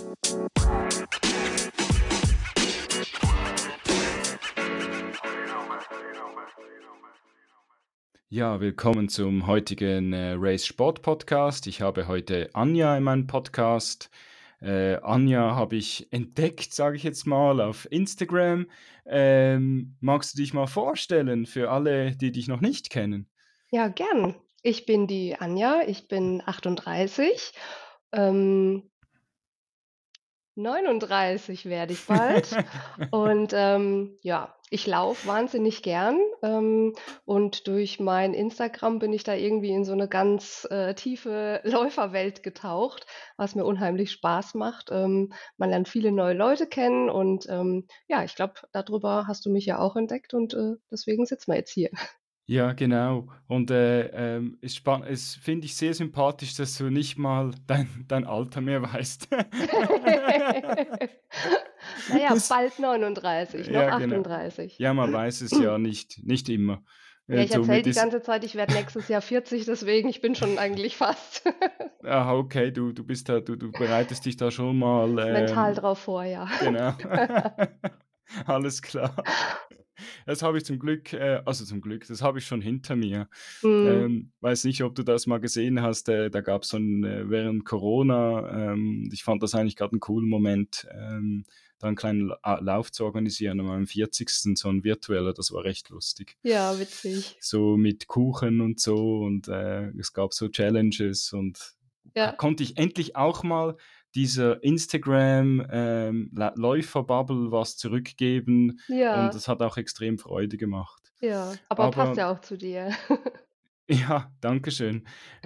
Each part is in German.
Ja, willkommen zum heutigen Race Sport Podcast. Ich habe heute Anja in meinem Podcast. Anja habe ich entdeckt, sage ich jetzt mal, auf Instagram. Magst du dich mal vorstellen für alle, die dich noch nicht kennen? Ja, gern. Ich bin die Anja, ich bin 38, ähm, 39 werde ich bald und, ja, ich laufe wahnsinnig gern, und durch mein Instagram bin ich da irgendwie in so 'ne ganz, tiefe Läuferwelt getaucht, was mir unheimlich Spaß macht. Man lernt viele neue Leute kennen und, ja, ich glaube, da drüber hast du mich ja auch entdeckt und, deswegen sitzen wir jetzt hier. Ja, genau. Und es finde ich sehr sympathisch, dass du nicht mal dein Alter mehr weißt. Na ja, Das, bald 39, noch ja, genau. 38. Ja, man weiß es ja nicht immer. Ja, ich erzähle Somit die ist, ganze Zeit, ich werde nächstes Jahr 40, deswegen ich bin schon eigentlich fast ah, okay, du bist da, du bereitest dich da schon mal, mental drauf vor, ja. genau. Alles klar. Das habe ich zum Glück, also zum Glück, das habe ich schon hinter mir. Mhm. Weiß nicht, ob du das mal gesehen hast, da gab's so 'n während Corona, ich fand das eigentlich grad 'n coolen Moment, da 'n kleinen Lauf zu organisieren an meinem 40., so 'n virtueller, das war recht lustig. Ja, witzig. So mit Kuchen und so und, es gab so Challenges und Ja, konnte ich endlich auch mal dieser Instagram, Läufer-Bubble was zurückgeben und ja, das hat auch extrem Freude gemacht. ja, aber passt Aber ja auch zu dir. ja, danke schön.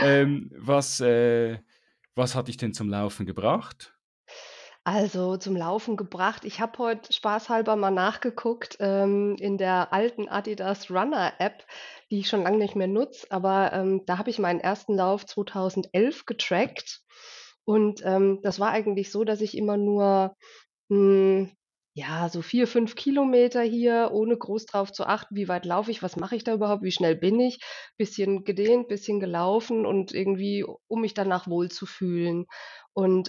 Was hat dich denn zum Laufen gebracht? Also, zum Laufen gebracht, ich habe heute spaßhalber mal nachgeguckt, in der alten Adidas Runner App, die ich schon lange nicht mehr nutze, aber, da habe ich meinen ersten Lauf 2011 getrackt und, das war eigentlich so, dass ich immer nur, hm, ja, so 4, 5 Kilometer hier, ohne groß drauf zu achten, wie weit laufe ich, was mache ich da überhaupt, wie schnell bin ich, bisschen gedehnt, bisschen gelaufen und irgendwie, um mich danach wohlzufühlen. Und,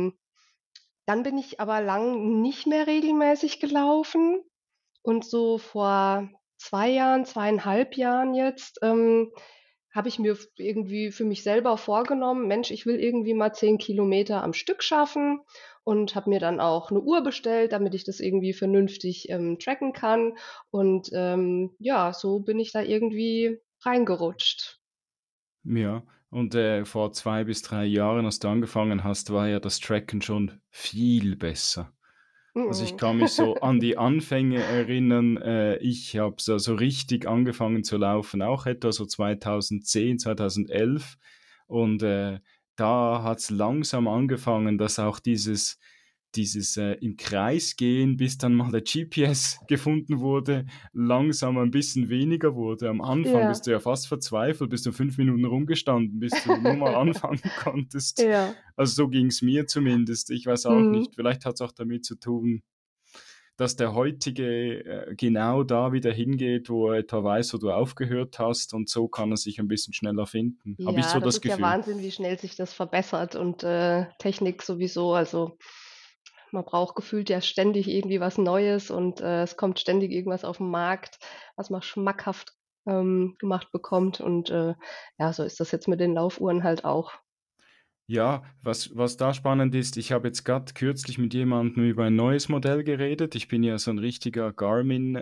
dann bin ich aber lang nicht mehr regelmäßig gelaufen und so vor 2 Jahren, 2,5 Jahren jetzt, habe ich mir irgendwie für mich selber vorgenommen: „Mensch, ich will irgendwie mal 10 Kilometer am Stück schaffen“, und habe mir dann auch 'ne Uhr bestellt, damit ich das irgendwie vernünftig, tracken kann. Und, ja, so bin ich da irgendwie reingerutscht. Ja, und, vor 2 bis 3 Jahren, als du angefangen hast, war ja das Tracken schon viel besser. Also, ich Mhm. kann mich so an die Anfänge erinnern. Ich habe so richtig angefangen zu laufen, auch etwa so 2010, 2011. Und, da hat's langsam angefangen, dass auch dieses, im Kreis gehen, bis dann mal der GPS gefunden wurde, langsam ein bisschen weniger wurde. Am Anfang bist Ja. du ja fast verzweifelt, bist du 5 Minuten rumgestanden, bis du nur mal anfangen konntest. Ja. Also, so ging's mir zumindest. Ich weiß auch Mhm. nicht, vielleicht hat's auch damit zu tun, dass der heutige, genau da wieder hingeht, wo er etwa weiß, wo du aufgehört hast und so kann er sich ein bisschen schneller finden. Habe ich Ja, so das das ist ja Gefühl. Wahnsinn, wie schnell sich das verbessert und, Technik sowieso. Also, man braucht gefühlt ja ständig irgendwie was Neues und, es kommt ständig irgendwas auf 'n Markt, was man schmackhaft, gemacht bekommt und, ja, so ist das jetzt mit den Laufuhren halt auch. Ja, was da spannend ist, ich habe jetzt grad kürzlich mit jemandem über ein neues Modell geredet. Ich bin ja so 'n richtiger Garmin,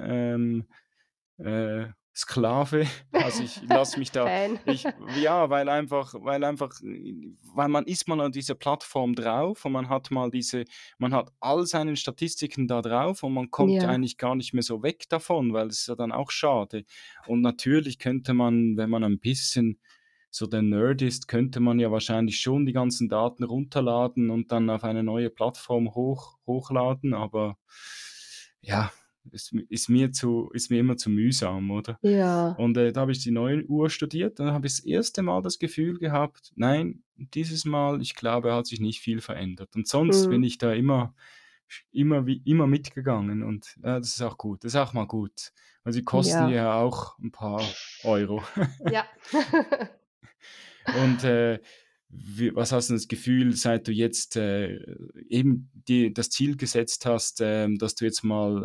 Sklave. Also, ich lasse mich da Fan. ich ja, weil man ist mal an dieser Plattform drauf und man hat all seine Statistiken da drauf und man kommt Ja, eigentlich gar nicht mehr so weg davon, weil es ist ja dann auch schade. Und natürlich könnte man, wenn man ein bisschen so der Nerd ist, könnte man ja wahrscheinlich schon die ganzen Daten runterladen und dann auf eine neue Plattform hochladen, aber ja, ist mir immer zu mühsam, oder? ja, Und, da habe ich die neue Uhr studiert, dann habe ich das erste Mal das Gefühl gehabt: „Nein, dieses Mal, ich glaube, hat sich nicht viel verändert.“ Und sonst bin mhm, ich da immer mitgegangen und, das ist auch gut. Das ist auch mal gut, weil sie kosten ja, ja auch ein paar Euro. ja. Und, was hast du das Gefühl, seit du jetzt, eben dir das Ziel gesetzt hast, dass du jetzt mal,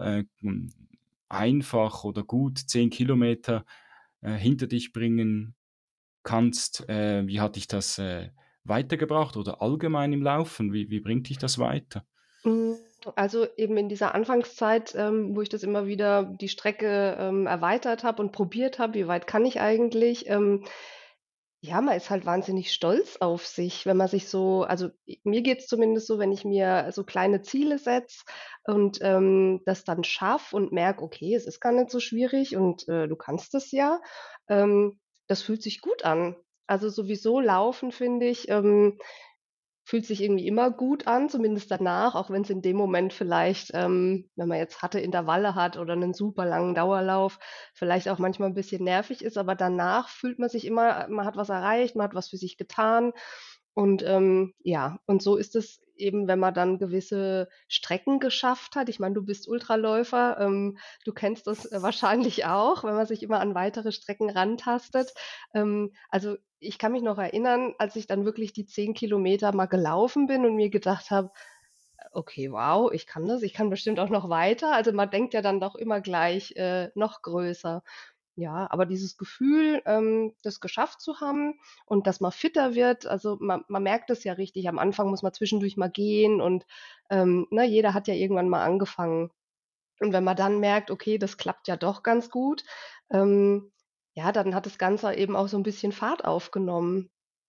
einfach oder gut 10 Kilometer hinter dich bringen kannst. Wie hat dich das, weitergebracht oder allgemein im Laufen? Wie bringt dich das weiter? Hm, also eben in dieser Anfangszeit, wo ich das immer wieder die Strecke, erweitert habe und probiert habe, wie weit kann ich eigentlich? Ja, man ist halt wahnsinnig stolz auf sich, wenn man sich so also, mir geht's zumindest so, wenn ich mir so kleine Ziele setze und, das dann schaffe und merke: „Okay, es ist gar nicht so schwierig und, du kannst es ja.“ Das fühlt sich gut an. Also, sowieso Laufen, finde ich, fühlt sich irgendwie immer gut an, zumindest danach, auch wenn's in dem Moment vielleicht, wenn man jetzt harte Intervalle hat oder 'nen super langen Dauerlauf, vielleicht auch manchmal 'n bisschen nervig ist, aber danach fühlt man sich immer man hat was erreicht, man hat was für sich getan. Und, ja, und so ist es eben, wenn man dann gewisse Strecken geschafft hat. Ich meine, du bist Ultraläufer, du kennst das, wahrscheinlich auch, wenn man sich immer an weitere Strecken rantastet. Also, ich kann mich noch erinnern, als ich dann wirklich die 10 Kilometer mal gelaufen bin und mir gedacht habe: „Okay, wow, ich kann das, ich kann bestimmt auch noch weiter.“ Also, man denkt ja dann doch immer gleich, noch größer. Ja, aber dieses Gefühl, das geschafft zu haben und dass man fitter wird, also, man merkt es ja richtig. Am Anfang muss man zwischendurch mal gehen und, ne, jeder hat ja irgendwann mal angefangen. Und wenn man dann merkt: „Okay, das klappt ja doch ganz gut“, ähm, ja, dann hat das Ganze eben auch so 'n bisschen Fahrt aufgenommen.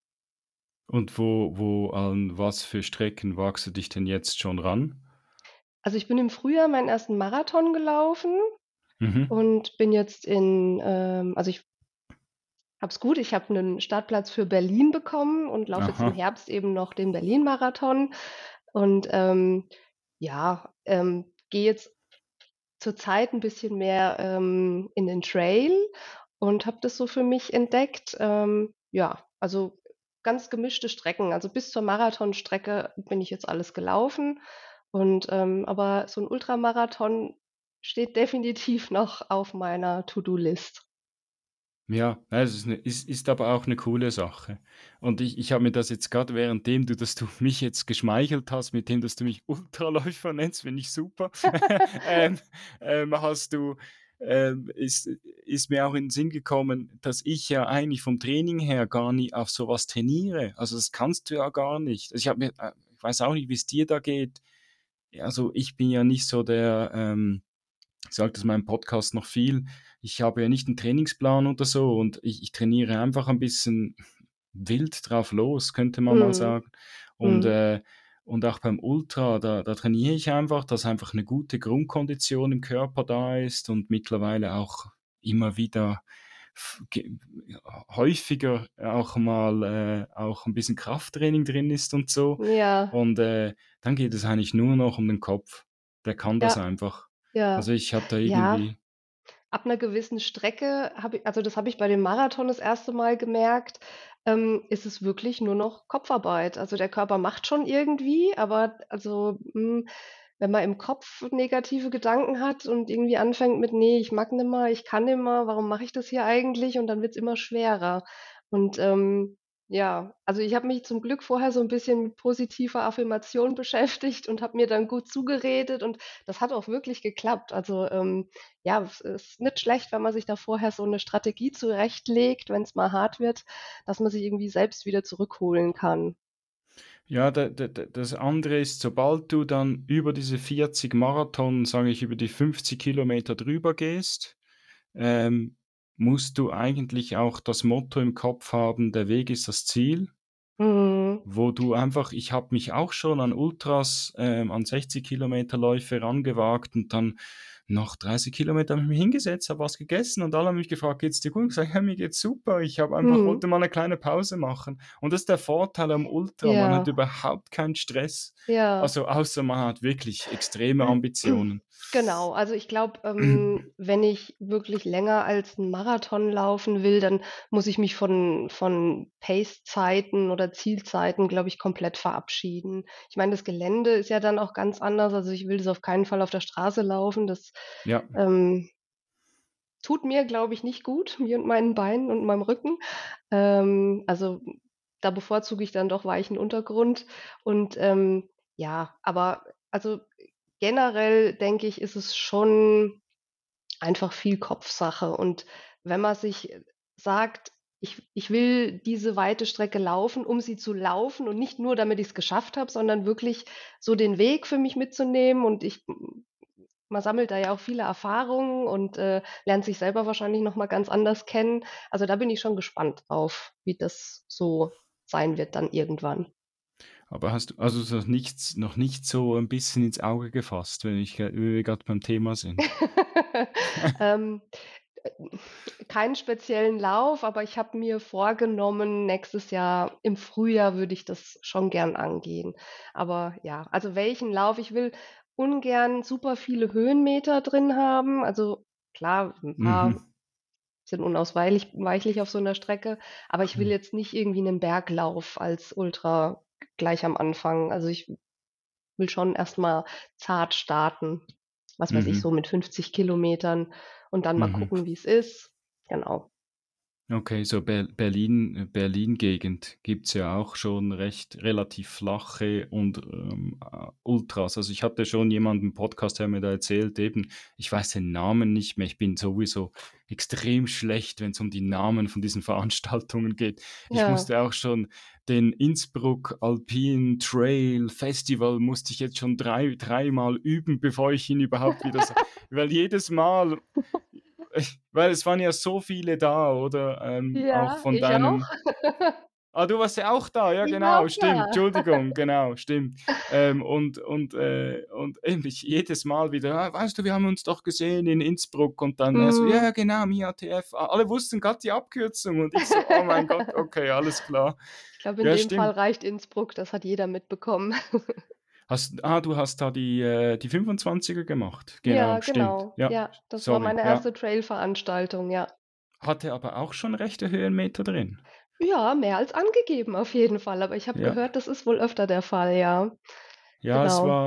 Und an was für Strecken wagst du dich denn jetzt schon ran? Also, ich bin im Frühjahr meinen ersten Marathon gelaufen Mhm. und bin jetzt also, ich habe es gut, ich habe 'nen Startplatz für Berlin bekommen und laufe jetzt im Aha. Herbst eben noch den Berlin-Marathon und, ja, gehe jetzt zurzeit 'n bisschen mehr, in den Trail und habe das so für mich entdeckt. Ja, also, ganz gemischte Strecken. Also, bis zur Marathonstrecke bin ich jetzt alles gelaufen und, aber so 'n Ultramarathon steht definitiv noch auf meiner To-do-List. Ja, es ist aber auch eine coole Sache. Und ich habe mir das jetzt gerade währenddem du mich jetzt geschmeichelt hast, mit dem, dass du mich Ultraläufer nennst, finde ich super. Ähm, hast du ist mir auch in den Sinn gekommen, dass ich ja eigentlich vom Training her gar nicht auf sowas trainiere. Also, das kannst du ja gar nicht. Also, ich weiß auch nicht, wie es dir da geht. Ja, also, ich bin ja nicht so der, ich sage das in meinem Podcast noch viel, ich habe ja nicht einen Trainingsplan oder so und ich trainiere einfach ein bisschen wild drauf los, könnte man mal Mhm, sagen. Und, mhm. äh und auch beim Ultra, da trainiere ich einfach, dass einfach eine gute Grundkondition im Körper da ist und mittlerweile auch immer wieder f ge häufiger auch mal, auch ein bisschen Krafttraining drin ist und so. Ja, Und, dann geht es eigentlich nur noch um den Kopf. Der kann das ja, einfach. Also, ja. ich habe da Ja, irgendwie ab 'ner gewissen Strecke habe i also, das habe ich bei dem Marathon das erste Mal gemerkt, ist es wirklich nur noch Kopfarbeit. Also, der Körper macht schon irgendwie, aber also, wenn man im Kopf negative Gedanken hat und irgendwie anfängt mit: „Ne, ich mag nimmer, ich kann nimmer, warum mache ich das hier eigentlich?“ Und dann wird's immer schwerer. Und, ja, also, ich habe mich zum Glück vorher so 'n bisschen mit positiver Affirmation beschäftigt und habe mir dann gut zugeredet und das hat auch wirklich geklappt. Also, ja, es ist nicht schlecht, wenn man sich da vorher so 'ne Strategie zurechtlegt, wenn's mal hart wird, dass man sich irgendwie selbst wieder zurückholen kann. ja, das andere ist, sobald du dann über diese 40 Marathon, sage ich, über die 50 Kilometer drüber gehst, ähm, musst du eigentlich auch das Motto im Kopf haben: „Der Weg ist das Ziel.“ Mhm. Wo du einfach ich habe mich auch schon an Ultras, an 60 Kilometer-Läufe rangewagt und dann nach 30 Kilometern habe ich mich hingesetzt, habe was gegessen und alle haben mich gefragt: „Geht's dir gut?“ Ich sage: „Ja, mir geht's super. Ich habe einfach Mhm. wollte mal 'ne kleine Pause machen.“ Und das ist der Vorteil am Ultra, man hat Ja, überhaupt keinen Stress. ja. Also, außer man hat wirklich extreme Ambitionen. Genau, also ich glaube, wenn ich wirklich länger als 'n Marathon laufen will, dann muss ich mich von Pacezeiten oder Zielzeiten, glaube ich, komplett verabschieden. Ich meine, das Gelände ist ja dann auch ganz anders, also ich will das auf keinen Fall auf der Straße laufen. Das, Ja. ähm, tut mir, glaube ich, nicht gut, mir und meinen Beinen und meinem Rücken. Also, da bevorzuge ich dann doch weichen Untergrund und, ja, aber also, generell denke ich, ist es schon einfach viel Kopfsache. Und wenn man sich sagt: „Ich will diese weite Strecke laufen, um sie zu laufen und nicht nur, damit ich's geschafft habe, sondern wirklich so den Weg für mich mitzunehmen." Und man sammelt da ja auch viele Erfahrungen und, lernt sich selber wahrscheinlich noch mal ganz anders kennen. Also, da bin ich schon gespannt drauf, wie das so sein wird dann irgendwann. Aber hast du also noch nicht so ein bisschen ins Auge gefasst, wenn wir grad beim Thema sind? Ähm, äh, keinen speziellen Lauf, aber ich habe mir vorgenommen, nächstes Jahr im Frühjahr würde ich das schon gern angehen. Aber ja, also welchen Lauf ich will ungern super viele Höhenmeter drin haben. Also klar, 'n Mhm. paar sind unausweichlich weichlich auf so 'ner Strecke, aber ich will Mhm. jetzt nicht irgendwie 'nen Berglauf als Ultra gleich am Anfang. Also, ich will schon erst mal zart starten, was weiß ich, Mhm. so mit 50 Kilometern und dann mal Mhm. gucken, wie's ist. Genau. Okay, so Berlin-Gegend gibt's ja auch schon recht relativ flache und, Ultras. Also, ich hatte schon jemanden im Podcast, der mir da erzählt eben ich weiß den Namen nicht mehr. Ich bin sowieso extrem schlecht, wenn es um die Namen von diesen Veranstaltungen geht. Ich Ja. musste auch schon den Innsbruck Alpine Trail Festival musste ich jetzt schon dreimal üben, bevor ich ihn überhaupt wieder weil jedes Mal weil es waren ja so viele da, oder? Auch Ja, von ich auch. deinen du warst ja auch da, ja Ich war genau, auch stimmt, da. Entschuldigung, genau, stimmt. Und eben ich jedes Mal wieder: „Ah, weißt du, wir haben uns doch gesehen in Innsbruck“ und dann er so: „Ja, Mhm. ja, genau, MIATF.“ Alle wussten grad die Abkürzung und ich so: „Oh mein Gott, okay, alles klar.“ Ich glaube, in Ja, dem Fall stimmt. reicht Innsbruck, das hat jeder mitbekommen. Du hast da die 25er gemacht? Ja, Genau, stimmt. genau. Ja, Ja, das war sorry, meine ja. erste Trail-Veranstaltung, ja. Hatte aber auch schon rechte Höhenmeter drin? Ja, mehr als angegeben auf jeden Fall, aber ich habe Ja. gehört, das ist wohl öfter der Fall, ja. Ja, Genau.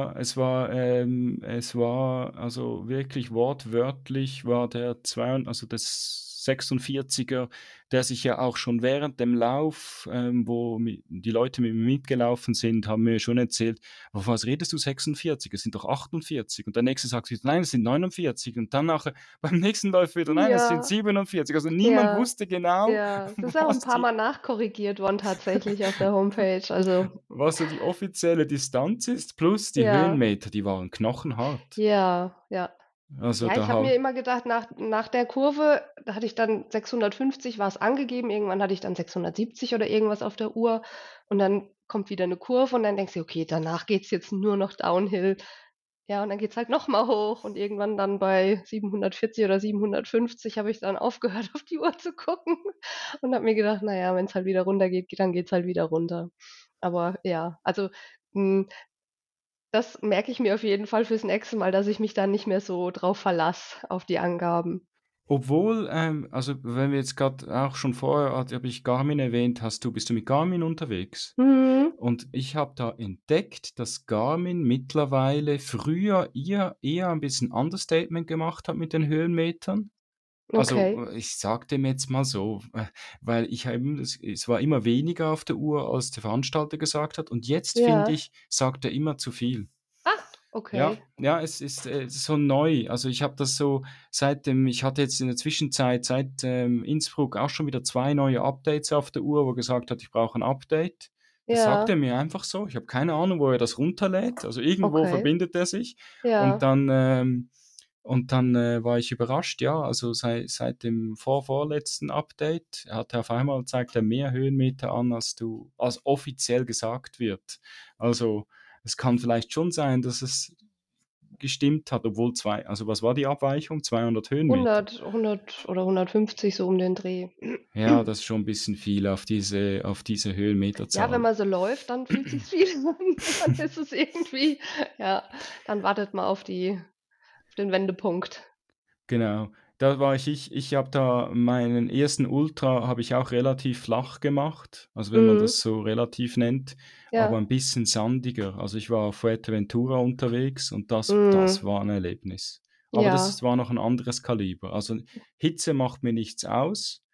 es war also wirklich wortwörtlich war der also das 46er, der sich ja auch schon während dem Lauf, wo die Leute mit mir mitgelaufen sind, haben mir schon erzählt: „Von was redest du 46? Es sind doch 48.“ Und der Nächste sagt wieder: „Nein, es sind 49.“ Und dann nachher beim nächsten Läufer wieder: „Nein, es sind Ja, 47.“ Also, niemand ja, wusste genau, ja. Es ist auch 'n was die paarmal nachkorrigiert worden tatsächlich auf der Homepage, also was so die offizielle Distanz ist, plus die ja, Höhenmeter, die waren knochenhart. ja, ja. Also, Ja, da ich habe ha mir immer gedacht, nach der Kurve, da hatte ich dann 650 war's angegeben, irgendwann hatte ich dann 670 oder irgendwas auf der Uhr und dann kommt wieder 'ne Kurve und dann denkst du: „Okay, danach geht's jetzt nur noch downhill." Ja, und dann geht's halt noch mal hoch und irgendwann dann bei 740 oder 750 habe ich dann aufgehört, auf die Uhr zu gucken und habe mir gedacht: „Na ja, wenn's halt wieder runtergeht, dann geht's halt wieder runter." Aber ja, also, hm, das merke ich mir auf jeden Fall fürs nächste Mal, dass ich mich da nicht mehr so drauf verlasse, auf die Angaben. obwohl, also, wenn wir jetzt grad auch schon vorher habe ich Garmin erwähnt, bist du mit Garmin unterwegs? Mhm, Und ich habe da entdeckt, dass Garmin mittlerweile früher eher ein bisschen Understatement gemacht hat mit den Höhenmetern. Also, okay. ich sage dem jetzt mal so, weil ich eben es war immer weniger auf der Uhr, als der Veranstalter gesagt hat und jetzt finde Ja. ich, sagt er immer zu viel. Ah, Ja, okay. ja, es ist so neu. Also, ich habe das so ich hatte jetzt in der Zwischenzeit seit, Innsbruck auch schon wieder 2 neue Updates auf der Uhr, wo er gesagt hat: „Ich brauche ein Update.“ Das sagt er Ja, mir einfach so. Ich habe keine Ahnung, wo er das runterlädt. Also, irgendwo okay. verbindet er sich und Ja, dann war ich überrascht, ja, also seit dem vorvorletzten Update hat er auf einmal zeigt er mehr Höhenmeter an, als offiziell gesagt wird. Also, es kann vielleicht schon sein, dass es gestimmt hat, obwohl was war die Abweichung? 200 Höhenmeter? 100 oder 150 so um den Dreh. Ja, das ist schon 'n bisschen viel auf diese Ja, wenn Höhenmeterzahl. man so läuft, dann fühlt sich's viel an. Dann ist es irgendwie ja, dann wartet man auf den Wendepunkt. Genau. Da war ich habe da meinen ersten Ultra habe ich auch relativ flach gemacht, also wenn man Mhm. das so relativ nennt, aber Ja. 'n bisschen sandiger. Also, ich war auf Fuerteventura unterwegs und das Mhm. war 'n Erlebnis. Aber Ja. war noch 'n anderes Kaliber. Also, Hitze macht mir nichts aus,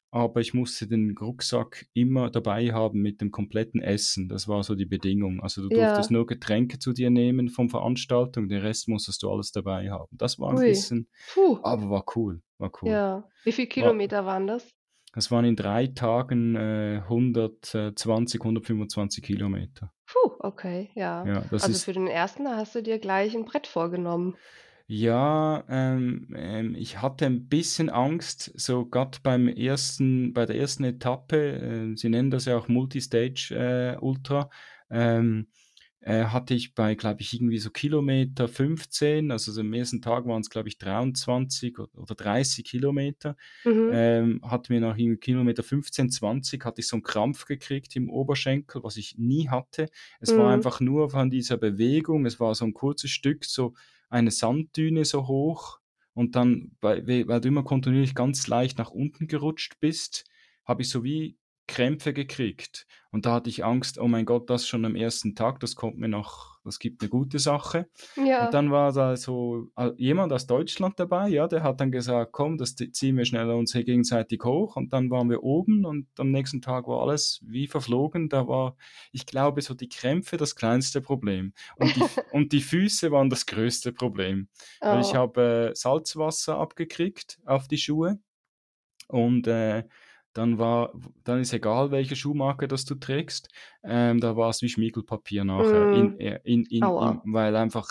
aber ich musste den Rucksack immer dabei haben mit dem kompletten Essen. Das war so die Bedingung. Also, du durftest Ja. nur Getränke zu dir nehmen von Veranstaltung, den Rest musstest du alles dabei haben. Das war ein Ui. bisschen, Puh. aber war cool, war cool. Ja. Wie viel War Kilometer waren das? Das waren in 3 Tagen, 120, 125 Kilometer. Puh, okay, ja. Ja, das Also, für ist den ersten, da hast du dir gleich 'n Brett vorgenommen. ja, ich hatte ein bisschen Angst, so grad bei der ersten Etappe, sie nennen das ja auch Multistage, Ultra, ähm, hatte ich bei, glaube ich, irgendwie so Kilometer 15, also so am ersten Tag waren's, glaube ich, 23 oder 30 Kilometer, Mhm. hatte mir nach irgendwie Kilometer 15, 20 hatte ich so 'n Krampf gekriegt im Oberschenkel, was ich nie hatte. Es war Mhm. einfach nur von dieser Bewegung, es war so 'n kurzes Stück, so eine Sanddüne so hoch, und dann, weil du immer kontinuierlich ganz leicht nach unten gerutscht bist, habe ich so wie Krämpfe gekriegt. Und da hatte ich Angst: „Oh mein Gott, das schon am ersten Tag, das gibt 'ne gute Sache.“ Und Ja. dann war da so, jemand aus Deutschland dabei, ja, der hat dann gesagt: „Komm, das ziehen wir schnell uns hier gegenseitig hoch.“ Und dann waren wir oben und am nächsten Tag war alles wie verflogen. Da war, ich glaube, so die Krämpfe das kleinste Problem. Und die Füße waren das größte Problem, weil ich Oh. habe, Salzwasser abgekriegt auf die Schuhe, und, dann ist egal, welche Schuhmarke das du trägst, da war's wie Schmiergelpapier nachher Mhm. im Aua. weil einfach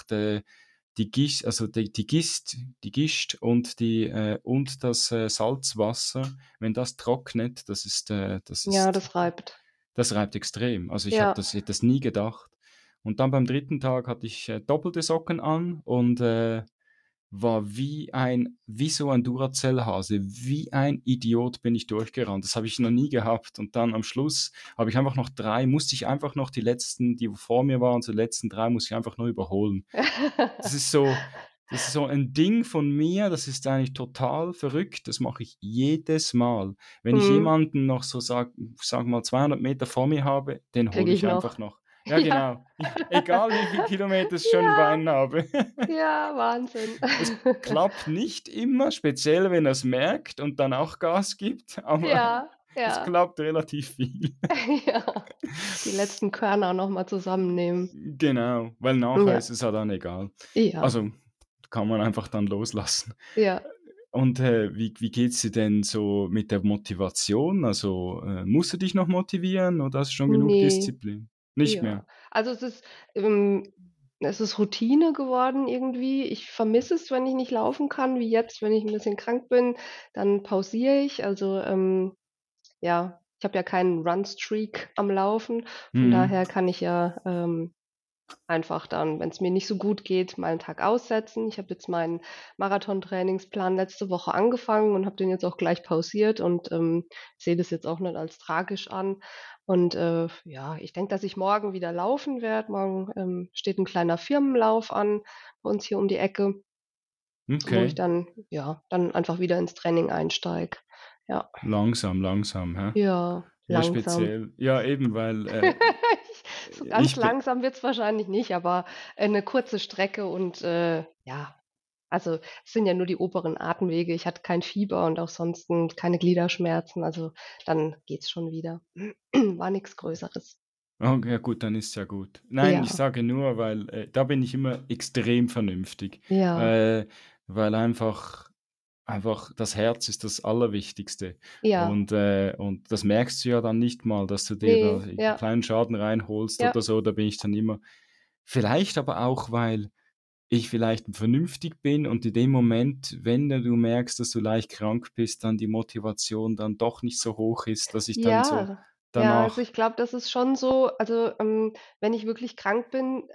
die Gischt und das, Salzwasser, wenn das trocknet, Ja, das reibt. das reibt extrem. Also, Ja. ich hätte das nie gedacht. Und dann beim dritten Tag hatte ich, doppelte Socken an und, war wie so ein Duracell-Hase. Wie ein Idiot bin ich durchgerannt. Das habe ich noch nie gehabt. Und dann am Schluss habe ich einfach noch 3 musste ich einfach noch die letzten, die vor mir waren, so die letzten 3 musste ich einfach nur überholen. Das ist so das ist so ein Ding von mir, das ist eigentlich total verrückt. Das mache ich jedes Mal. Wenn ich Mhm. jemanden noch so sage mal 200 Meter vor mir habe, den Kriege hole ich ich noch. einfach noch. Ja, Ja. genau. Egal wie viel Kilometer ich schon Ja. Beinen habe. Ja, Wahnsinn. Es klappt nicht immer, speziell wenn er's merkt und dann auch Gas gibt, aber Ja, es ja. klappt relativ viel. Ja. Die letzten Körner noch mal zusammennehmen. Genau, weil nachher ist Ja. es ja dann egal. Ja. Also, kann man einfach dann loslassen. Ja. Und, wie geht's dir denn so mit der Motivation? Also, musst du dich noch motivieren oder hast du schon genug Ne. Disziplin? Nicht mehr? Ja. Also, ähm es ist Routine geworden irgendwie. Ich vermisse es, wenn ich nicht laufen kann, wie jetzt, wenn ich 'n bisschen krank bin, dann pausiere ich. Also, ja, ich habe ja keinen Run-Streak am Laufen. Von Mhm. daher kann ich ja, einfach dann, wenn's mir nicht so gut geht, mal 'n Tag aussetzen. Ich habe jetzt meinen Marathon-Trainingsplan letzte Woche angefangen und habe den jetzt auch gleich pausiert und, sehe das jetzt auch nicht als tragisch an. Und, ja, ich denke, dass ich morgen wieder laufen werde. Morgen, steht 'n kleiner Firmenlauf an bei uns hier um die Ecke, wo ich Okay. dann ja, dann einfach wieder ins Training einsteige. Ja. Langsam, langsam, hä? Ja, Ja, langsam. speziell. Ja, eben, weil, So ganz ich bin langsam wird's wahrscheinlich nicht, aber, 'ne kurze Strecke und, ja, also, es sind ja nur die oberen Atemwege. Ich hatte kein Fieber und auch sonst keine Gliederschmerzen, also, dann geht's schon wieder. War nix Größeres. ja gut, dann ist's ja gut. Nein, ich Ja, sage nur, weil, da bin ich immer extrem vernünftig, ja, äh, weil einfach das Herz ist das Allerwichtigste. ja. Und das merkst du ja dann nicht mal, dass du dir da Ne, einen ja, kleinen Schaden reinholst ja. oder so. Da bin ich dann immer, vielleicht aber auch, weil ich vielleicht vernünftig bin und in dem Moment, wenn du merkst, dass du leicht krank bist, dann die Motivation dann doch nicht so hoch ist, dass ich dann so Ja, ja, also, danach ich glaube, das ist schon so also, wenn ich wirklich krank bin,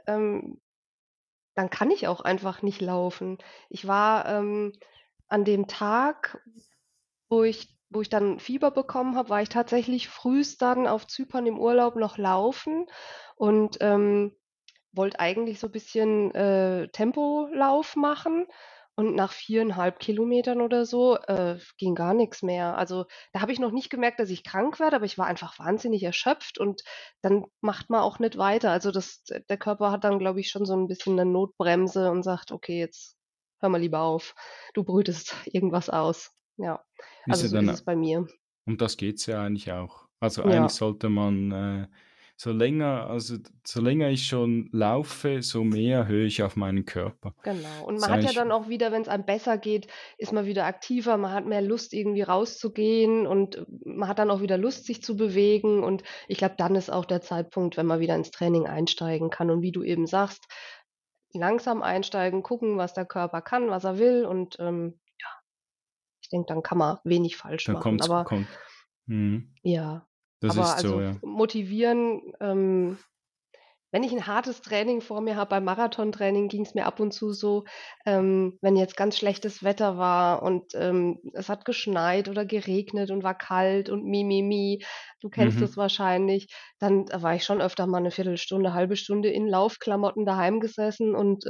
dann kann ich auch einfach nicht laufen. Ich war, an dem Tag, wo ich dann Fieber bekommen habe, war ich tatsächlich frühst dann auf Zypern im Urlaub noch laufen und, wollte eigentlich so bisschen, Tempolauf machen und nach 4,5 Kilometern oder so, ging gar nix mehr. Also, da habe ich noch nicht gemerkt, dass ich krank werde, aber ich war einfach wahnsinnig erschöpft und dann macht man auch nicht weiter. Also, der Körper hat dann, glaube ich, schon so 'n bisschen 'ne Notbremse und sagt: „Okay, jetzt hör mal lieber auf. Du brütest irgendwas aus.“ Ja, ist also, ja so ist dann es bei mir. Um das geht's ja eigentlich auch. Also, eigentlich Ja. sollte man, so länger ich schon laufe, so mehr höre ich auf meinen Körper. Genau. Und Ist man hat ja eigentlich dann auch wieder, wenn es einem besser geht, ist man wieder aktiver, man hat mehr Lust, irgendwie rauszugehen und, man hat dann auch wieder Lust, sich zu bewegen und ich glaube, dann ist auch der Zeitpunkt, wenn man wieder ins Training einsteigen kann und wie du eben sagst, langsam einsteigen, gucken, was der Körper kann, was er will und, ich denke, dann kann man wenig falsch dann machen. Aber kommt mhm, ja, das aber ist so, also ja. motivieren, wenn ich 'n hartes Training vor mir habe, beim Marathontraining ging's mir ab und zu so, wenn jetzt ganz schlechtes Wetter war und, es hat geschneit oder geregnet und war kalt und mi. Du kennst es Mhm. wahrscheinlich, dann war ich schon öfter mal 'ne Viertelstunde, halbe Stunde in Laufklamotten daheim gesessen und,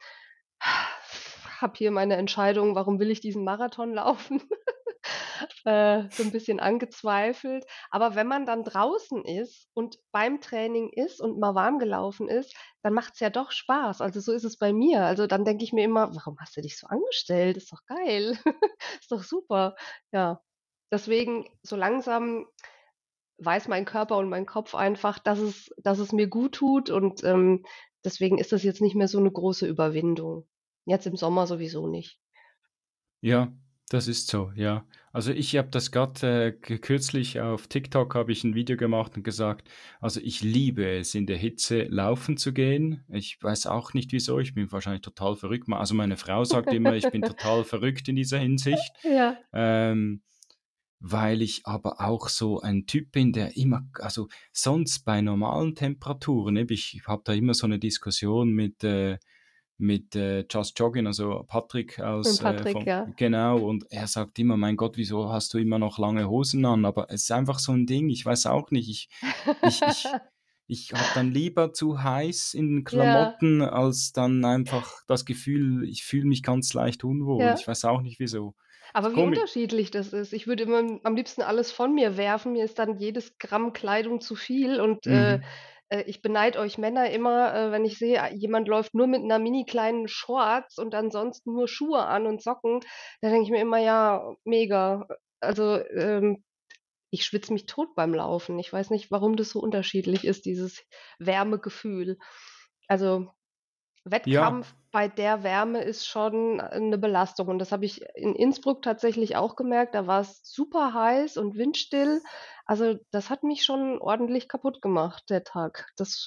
habe hier meine Entscheidung, warum will ich diesen Marathon laufen, so 'n bisschen angezweifelt. Aber wenn man dann draußen ist und beim Training ist und mal warm gelaufen ist, dann macht's ja doch Spaß. Also, so ist es bei mir. Also, dann denke ich mir immer: „Warum hast du dich so angestellt? Ist doch geil. Ist doch super.“ Ja. Deswegen so langsam weiß mein Körper und mein Kopf einfach, dass es mir gut tut und, deswegen ist das jetzt nicht mehr so 'ne große Überwindung. Jetzt im Sommer sowieso nicht. Ja, das ist so, ja. Also, ich habe das grad, kürzlich auf TikTok habe ich ein Video gemacht und gesagt: „Also, ich liebe es, in der Hitze laufen zu gehen.“ Ich weiß auch nicht wieso, ich bin wahrscheinlich total verrückt. Meine Frau sagt immer, ich bin total verrückt in dieser Hinsicht, Ja, ähm, weil ich aber auch so ein Typ bin, der immer sonst bei normalen Temperaturen, ne, ich habe da immer so eine Diskussion mit, Just Jogging, also Patrick mit aus, Patrick, vom ja. genau, und er sagt immer: „Mein Gott, wieso hast du immer noch lange Hosen an?“ Aber es ist einfach so 'n Ding, ich weiß auch nicht. Ich ich ich habe dann lieber zu heiß in den Ja, Klamotten, als dann einfach das Gefühl, ich fühle mich ganz leicht unwohl. ja. Ich weiß auch nicht wieso. Ist Aber wie komi unterschiedlich das ist. Ich würde immer am liebsten alles von mir werfen. Mir ist dann jedes Gramm Kleidung zu viel und, mhm. ich beneide euch Männer immer, wenn ich sehe, jemand läuft nur mit 'ner mini kleinen Shorts und ansonsten nur Schuhe an und Socken. Da denke ich mir immer: „Ja, mega.“ Also, ich schwitze mich tot beim Laufen. Ich weiß nicht, warum das so unterschiedlich ist, dieses Wärmegefühl. Also, Ja. Wettkampf bei der Wärme ist schon 'ne Belastung und das habe ich in Innsbruck tatsächlich auch gemerkt. Da war's super heiß und windstill. Also, das hat mich schon ordentlich kaputtgemacht, der Tag. Das,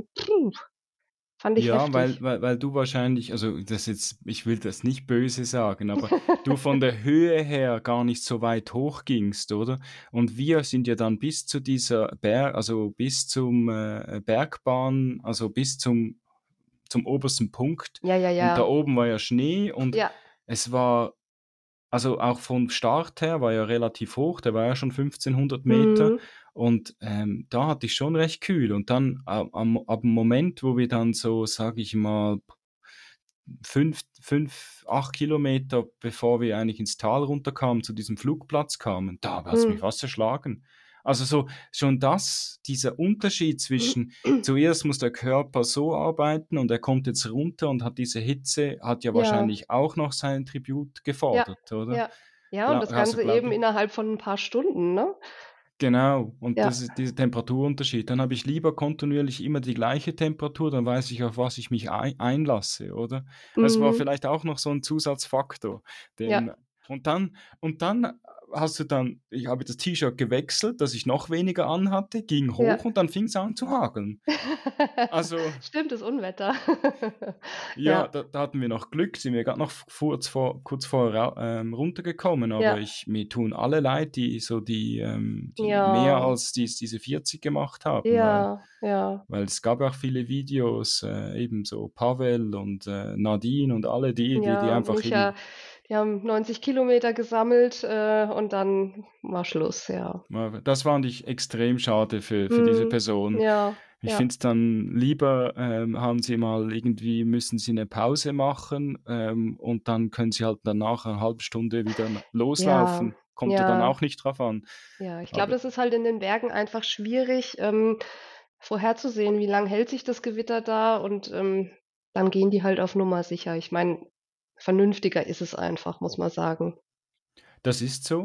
fand ich Ja, heftig. weil du wahrscheinlich, also, das jetzt, ich will das nicht böse sagen, aber du von der Höhe her gar nicht so weit hoch gingst, oder? Und wir sind ja dann bis zu dieser bis zum, Bergbahn, also bis zum obersten Punkt, Ja, ja, und da ja. oben war ja Schnee und Ja. es war, also, auch vom Start her war ja relativ hoch, der war ja schon 1.500 Meter, Mhm. und, da hatte ich schon recht kühl, und dann ab dem Moment, wo wir dann so, sage ich mal, 8 Kilometer, bevor wir eigentlich ins Tal runterkamen, zu diesem Flugplatz kamen, da hat's mich Mhm. fast erschlagen. Also, so schon dieser Unterschied zwischen, zuerst muss der Körper so arbeiten und er kommt jetzt runter und hat diese Hitze, hat ja Ja, wahrscheinlich auch noch seinen Tribut ja, gefordert, oder? ja. Ja, und das Ganze Glaube eben ich. innerhalb von 'n paar Stunden, ne? Genau, und Ja. das ist dieser Temperaturunterschied. Dann habe ich lieber kontinuierlich immer die gleiche Temperatur, dann weiß ich, auf was ich mich einlasse, oder? Es war Mhm. vielleicht auch noch so 'n Zusatzfaktor, Ja. den und dann hast du dann ich habe das T-Shirt gewechselt, dass ich noch weniger anhatte, ging Ja. hoch und dann fing's an zu hageln. Also, Stimmt, das Unwetter. ja, Ja, da hatten wir noch Glück, sind wir grad noch kurz vorher runtergekommen, aber ja, mir tun alle leid, die mehr ja, als diese 40 gemacht haben, weil ja, ja, es gab ja auch viele Videos, eben so Pavel und, Nadine und alle die ja, einfach Micha, eben, die haben 90 Kilometer gesammelt, und dann war Schluss, ja. das fand ich extrem schade für diese Mhm. Person. Ja, Ich ja, finde es dann lieber, haben sie mal irgendwie, müssen sie 'ne Pause machen, und dann können sie halt danach 'ne halbe Stunde wieder ja, loslaufen. Kommt ja dann ja, auch nicht drauf an. ja. Ich glaube, Aber das ist halt in den Bergen einfach schwierig, vorherzusehen, wie lang hält sich das Gewitter da und, dann gehen die halt auf Nummer sicher. Ich meine, vernünftiger ist es einfach, muss man sagen. das ist so.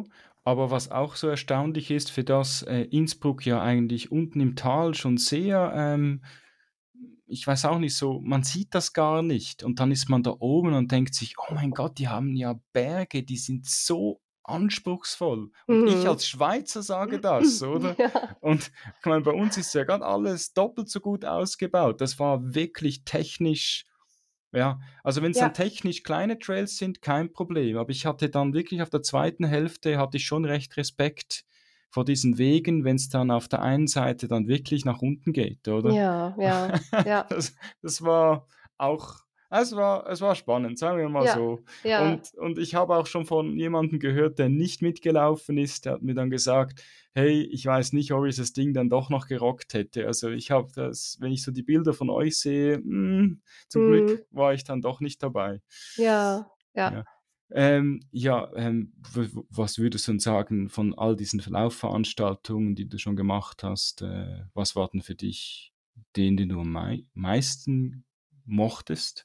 Aber was auch so erstaunlich ist, für das, Innsbruck ja eigentlich unten im Tal schon sehr, ich weiß auch nicht so, man sieht das gar nicht und dann ist man da oben und denkt sich: „Oh mein Gott, die haben ja Berge, die sind so anspruchsvoll.“ Und ich Mhm. als Schweizer sage das, oder? Ja, Und ich meine, bei uns ist ja grad alles doppelt so gut ausgebaut. Das war wirklich technisch, ja, also wenn's dann ja, technisch kleine Trails sind, kein Problem, aber ich hatte dann wirklich auf der zweiten Hälfte hatte ich schon recht Respekt vor diesen Wegen, wenn's dann auf der einen Seite dann wirklich nach unten geht, oder? ja, ja, ja, Das war auch, es war spannend, sagen wir mal ja, so. ja. Und ich habe auch schon von jemandem gehört, der nicht mitgelaufen ist, der hat mir dann gesagt: „Hey, ich weiß nicht, ob ich das Ding dann doch noch gerockt hätte.“ Also, ich habe das, wenn ich so die Bilder von euch sehe, zum Mhm. Glück war ich dann doch nicht dabei. Ja, ja. Ja. Ja, was würdest du denn sagen von all diesen Laufveranstaltungen, die du schon gemacht hast, was war denn für dich den du am meisten mochtest?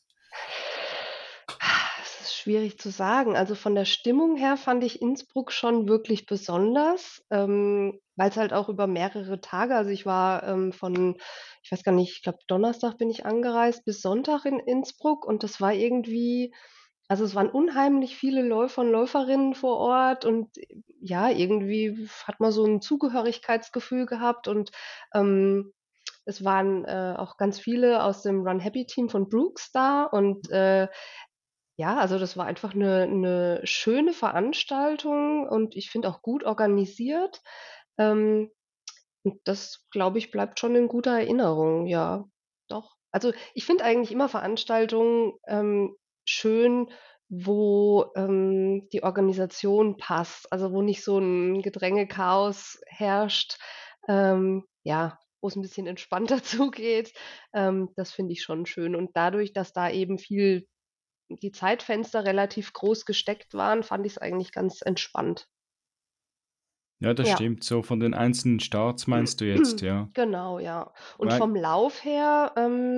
Es ist schwierig zu sagen. Also, von der Stimmung her fand ich Innsbruck schon wirklich besonders, weil's halt auch über mehrere Tage, also, ich war, von ich weiß gar nicht, ich glaube, Donnerstag bin ich angereist bis Sonntag in Innsbruck und das war irgendwie, also, es waren unheimlich viele Läufer und Läuferinnen vor Ort und, ja, irgendwie hat man so 'n Zugehörigkeitsgefühl gehabt und, es waren, auch ganz viele aus dem Run Happy Team von Brooks da und, ja, also das war einfach 'ne schöne Veranstaltung und ich finde auch gut organisiert. Ähm, und das, glaube ich, bleibt schon in guter Erinnerung, ja, doch. Also, ich finde eigentlich immer Veranstaltungen, schön, wo, die Organisation passt, also wo nicht so 'n Gedränge-Chaos herrscht, ja, wo's 'n bisschen entspannter zugeht. Das finde ich schon schön. Und dadurch, dass da eben viel die Zeitfenster relativ groß gesteckt waren, fand ich's eigentlich ganz entspannt. Ja, das Ja. stimmt. So von den einzelnen Starts meinst du jetzt, ja? Genau, ja. Und Weil vom Lauf her,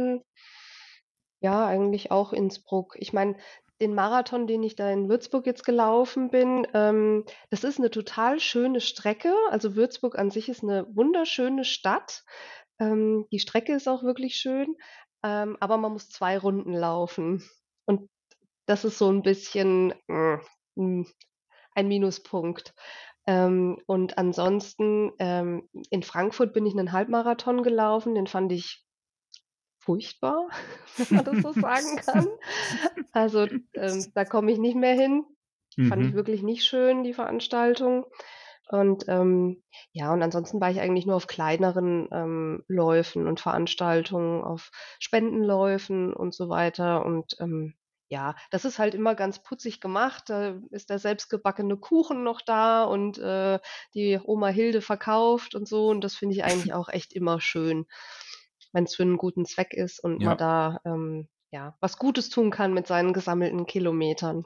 ja, eigentlich auch Innsbruck. Ich meine, den Marathon, den ich da in Würzburg jetzt gelaufen bin, das ist 'ne total schöne Strecke. Also, Würzburg an sich ist 'ne wunderschöne Stadt. Die Strecke ist auch wirklich schön, aber man muss 2 Runden laufen. Und das ist so 'n bisschen, hm, ein Minuspunkt. Und ansonsten, in Frankfurt bin ich 'nen Halbmarathon gelaufen, den fand ich furchtbar, wenn man das so sagen kann. Also, da komme ich nicht mehr hin. Fand ich Mhm. wirklich nicht schön, die Veranstaltung. Und, ja, und ansonsten war ich eigentlich nur auf kleineren, Läufen und Veranstaltungen, auf Spendenläufen und so weiter. Und, ja, das ist halt immer ganz putzig gemacht. Da ist der selbstgebackene Kuchen noch da und, die Oma Hilde verkauft und so. Und das finde ich eigentlich auch echt immer schön, wenn's für 'n guten Zweck ist und man Ja, da, ja, was Gutes tun kann mit seinen gesammelten Kilometern.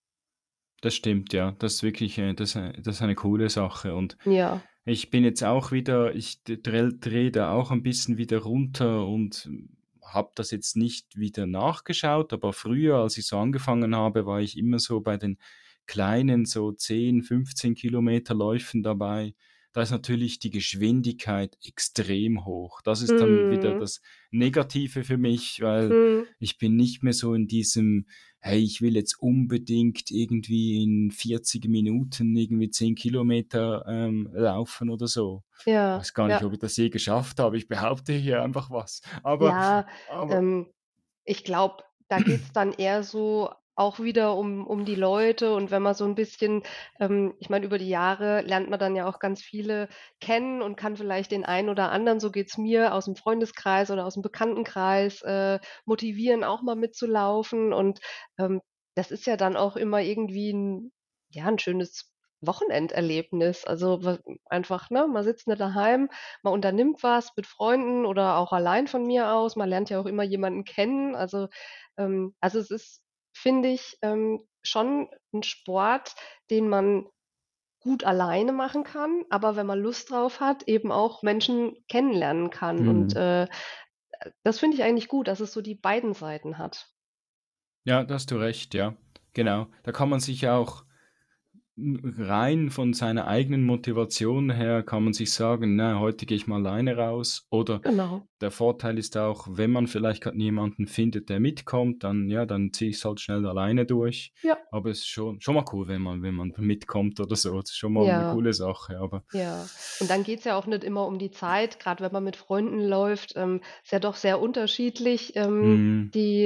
das stimmt, ja. Das ist wirklich, das ist eine coole Sache und Ja. ich bin jetzt auch wieder, ich drehe da auch ein bisschen wieder runter und habe das jetzt nicht wieder nachgeschaut, aber früher, als ich so angefangen habe, war ich immer so bei den kleinen, so 10, 15 Läufen dabei. Da ist natürlich die Geschwindigkeit extrem hoch. Das ist dann wieder Mhm. das Negative für mich, weil Mhm. ich bin nicht mehr so in diesem: „Hey, ich will jetzt unbedingt irgendwie in 40 Minuten irgendwie 10 Kilometer, laufen“ oder so. Ja, Weiß gar nicht, ja. ob ich das je geschafft habe. Ich behaupte hier einfach was. Ja, Aber ähm, ich glaube, da geht's dann eher so auch wieder um die Leute und wenn man so 'n bisschen, ich meine, über die Jahre lernt man dann ja auch ganz viele kennen und kann vielleicht den einen oder anderen, so geht's mir, aus'm Freundeskreis oder aus'm Bekanntenkreis, motivieren, auch mal mitzulaufen. Und, das ist ja dann auch immer irgendwie 'n, ja, 'n schönes Wochenenderlebnis. Also, einfach, ne, man sitzt nicht daheim, man unternimmt was mit Freunden oder auch allein von mir aus. Man lernt ja auch immer jemanden kennen. Also, es ist, finde ich, schon 'n Sport, den man gut alleine machen kann, aber wenn man Lust drauf hat, eben auch Menschen kennenlernen kann. Und, mhm. das finde ich eigentlich gut, dass es so die beiden Seiten hat. Ja, da hast du recht, ja. Genau. Da kann man sich auch rein von seiner eigenen Motivation her kann man sich sagen: „Na, heute gehe ich mal alleine raus.“ Oder Genau. der Vorteil ist auch, wenn man vielleicht grad niemanden findet, der mitkommt, dann ja, dann ziehe ich's halt schnell alleine durch. Ja, Aber es ist schon mal cool, wenn man mitkommt oder so. Das ist schon mal 'ne ja. coole Sache, aber Ja, und dann geht's ja auch nicht immer um die Zeit, grad wenn man mit Freunden läuft, ist ja doch sehr unterschiedlich, mhm, die,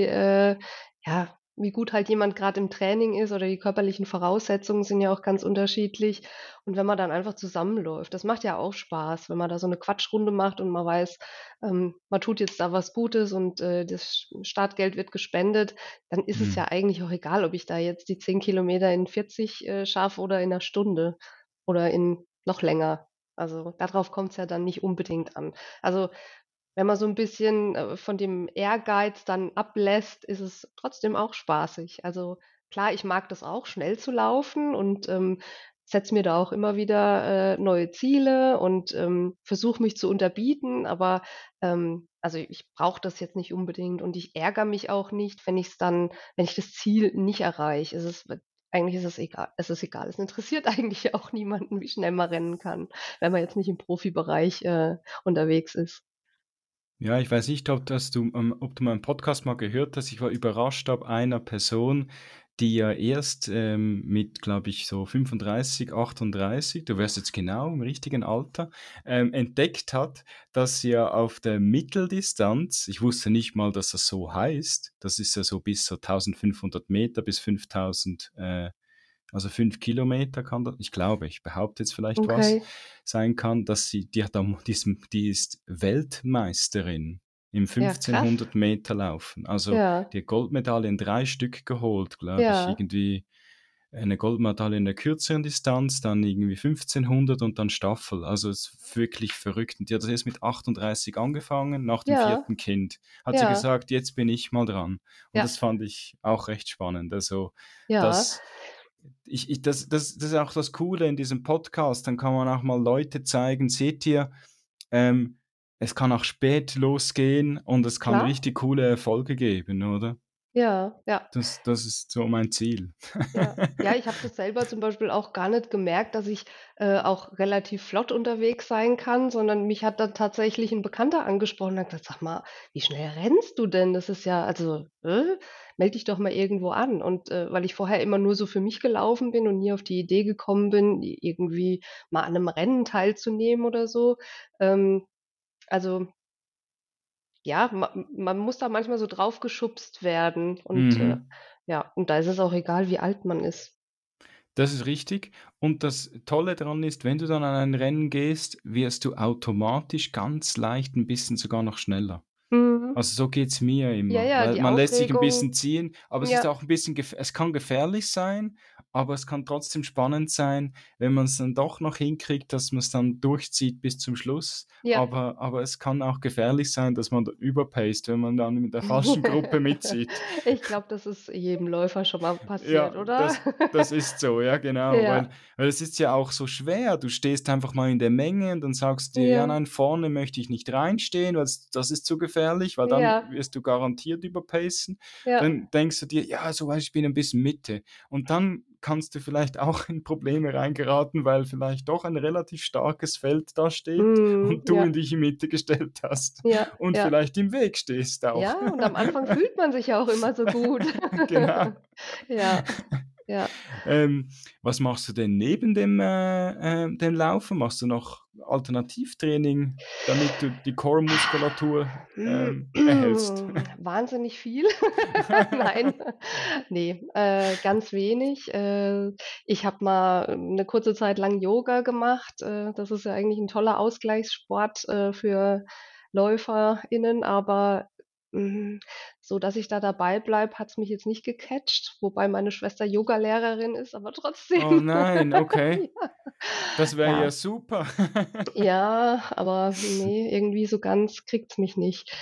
ja, wie gut halt jemand grad im Training ist oder die körperlichen Voraussetzungen sind ja auch ganz unterschiedlich. Und wenn man dann einfach zusammenläuft, das macht ja auch Spaß, wenn man da so 'ne Quatschrunde macht und man weiß, man tut jetzt da was Gutes und, das Startgeld wird gespendet, dann ist es mhm. ja eigentlich auch egal, ob ich da jetzt die 10 Kilometer in 40, schaffe oder in 'ner Stunde oder in noch länger. Also, da drauf kommt's ja dann nicht unbedingt an. Also, wenn man so 'n bisschen, von dem Ehrgeiz dann ablässt, ist es trotzdem auch spaßig. Also, klar, ich mag das auch, schnell zu laufen und, setze mir da auch immer wieder, neue Ziele und, versuche mich zu unterbieten, aber, also, ich brauche das jetzt nicht unbedingt und ich ärgere mich auch nicht, wenn ich das Ziel nicht erreiche. Eigentlich ist es egal. Es interessiert eigentlich auch niemanden, wie schnell man rennen kann, wenn man jetzt nicht im Profibereich, unterwegs ist. Ja, ich weiß nicht, ob du meinen Podcast mal gehört hast. Ich war überrascht ab einer Person, die ja erst, mit, glaube ich, so 35, 38, du wärst jetzt genau im richtigen Alter, entdeckt hat, dass sie ja auf der Mitteldistanz, ich wusste nicht mal, dass das so heißt, das ist ja so bis so 1.500 Meter bis 5.000, also 5 Kilometer kann das, ich glaube, ich behaupte jetzt vielleicht was, Okay. sein kann, dass die ist Weltmeisterin im Ja, krass. 1.500 Meter Laufen. Also, Ja, die hat Goldmedaille in 3 Stück geholt, glaube ich. ja, Irgendwie eine Goldmedaille in der kürzeren Distanz, dann irgendwie 1.500 und dann Staffel. Also, es ist wirklich verrückt. Und die hat das erst mit 38 angefangen, nach dem ja, vierten Kind. Hat sie ja, gesagt: „Jetzt bin ich mal dran.“ Und ja, das fand ich auch recht spannend. Also, ja, das das ist auch das Coole in diesem Podcast. Dann kann man auch mal Leute zeigen: „Seht ihr, ähm, es kann auch spät losgehen und es kann klar. richtig coole Erfolge geben“, oder? Ja, ja. Das ist so mein Ziel. Ja. Ja, ich habe das selber zum Beispiel auch gar nicht gemerkt, dass ich, auch relativ flott unterwegs sein kann, sondern mich hat dann tatsächlich 'n Bekannter angesprochen und hat gesagt: „Sag mal, wie schnell rennst du denn? Das ist ja also, melde dich doch mal irgendwo an.“ Und, weil ich vorher immer nur so für mich gelaufen bin und nie auf die Idee gekommen bin, irgendwie mal an 'nem Rennen teilzunehmen oder so. Also, ja, man muss da manchmal so draufgeschubst werden und, Mhm. ja, und da ist es auch egal, wie alt man ist. Das ist richtig. Und das Tolle daran ist, wenn du dann an ein Rennen gehst, wirst du automatisch ganz leicht 'n bisschen sogar noch schneller. Mhm. Also, so geht's mir Ja, immer, ja, weil die man lässt sich 'n Aufregung. bisschen ziehen, aber es ist Ja, auch 'n bisschen es kann gefährlich sein, aber es kann trotzdem spannend sein, wenn man's dann doch noch hinkriegt, dass man's dann durchzieht bis zum Schluss. ja. Aber es kann auch gefährlich sein, dass man da überpaced, wenn man dann mit der falschen Gruppe mitzieht. Ich glaube, das ist jedem Läufer schon mal passiert, Ja, oder? das ist so, ja genau, Ja, weil es ist ja auch so schwer. Du stehst einfach mal in der Menge und dann sagst du dir: „Ja, ja, nein, vorne möchte ich nicht reinstehen, weil das ist zu gefährlich, weil dann ja, wirst du garantiert überpacen.“ ja. Dann denkst du dir: „Ja, so weißt du, ich bin ein bisschen Mitte.“ Und dann kannst du vielleicht auch in Probleme reingeraten, weil vielleicht doch ein relativ starkes Feld da steht Mhm, und du ja, in dich in Mitte gestellt hast ja, und ja. vielleicht im Weg stehst auch. Ja, und am Anfang fühlt man sich ja auch immer so gut. Genau. Ja, ja. Ähm, was machst du denn neben dem Laufen? Machst du noch Alternativtraining, damit du die Core-Muskulatur, erhältst? Wahnsinnig viel. Nein, ne, ganz wenig. Ich habe mal 'ne kurze Zeit lang Yoga gemacht. Das ist ja eigentlich 'n toller Ausgleichssport, für LäuferInnen, aber, hm, so dass ich da dabei bleibe, hat's mich jetzt nicht gecatcht, wobei meine Schwester Yogalehrerin ist, aber Oh trotzdem. nein, okay. Das wäre ja Ja. super. Ja, aber ne, irgendwie so ganz kriegt's mich nicht.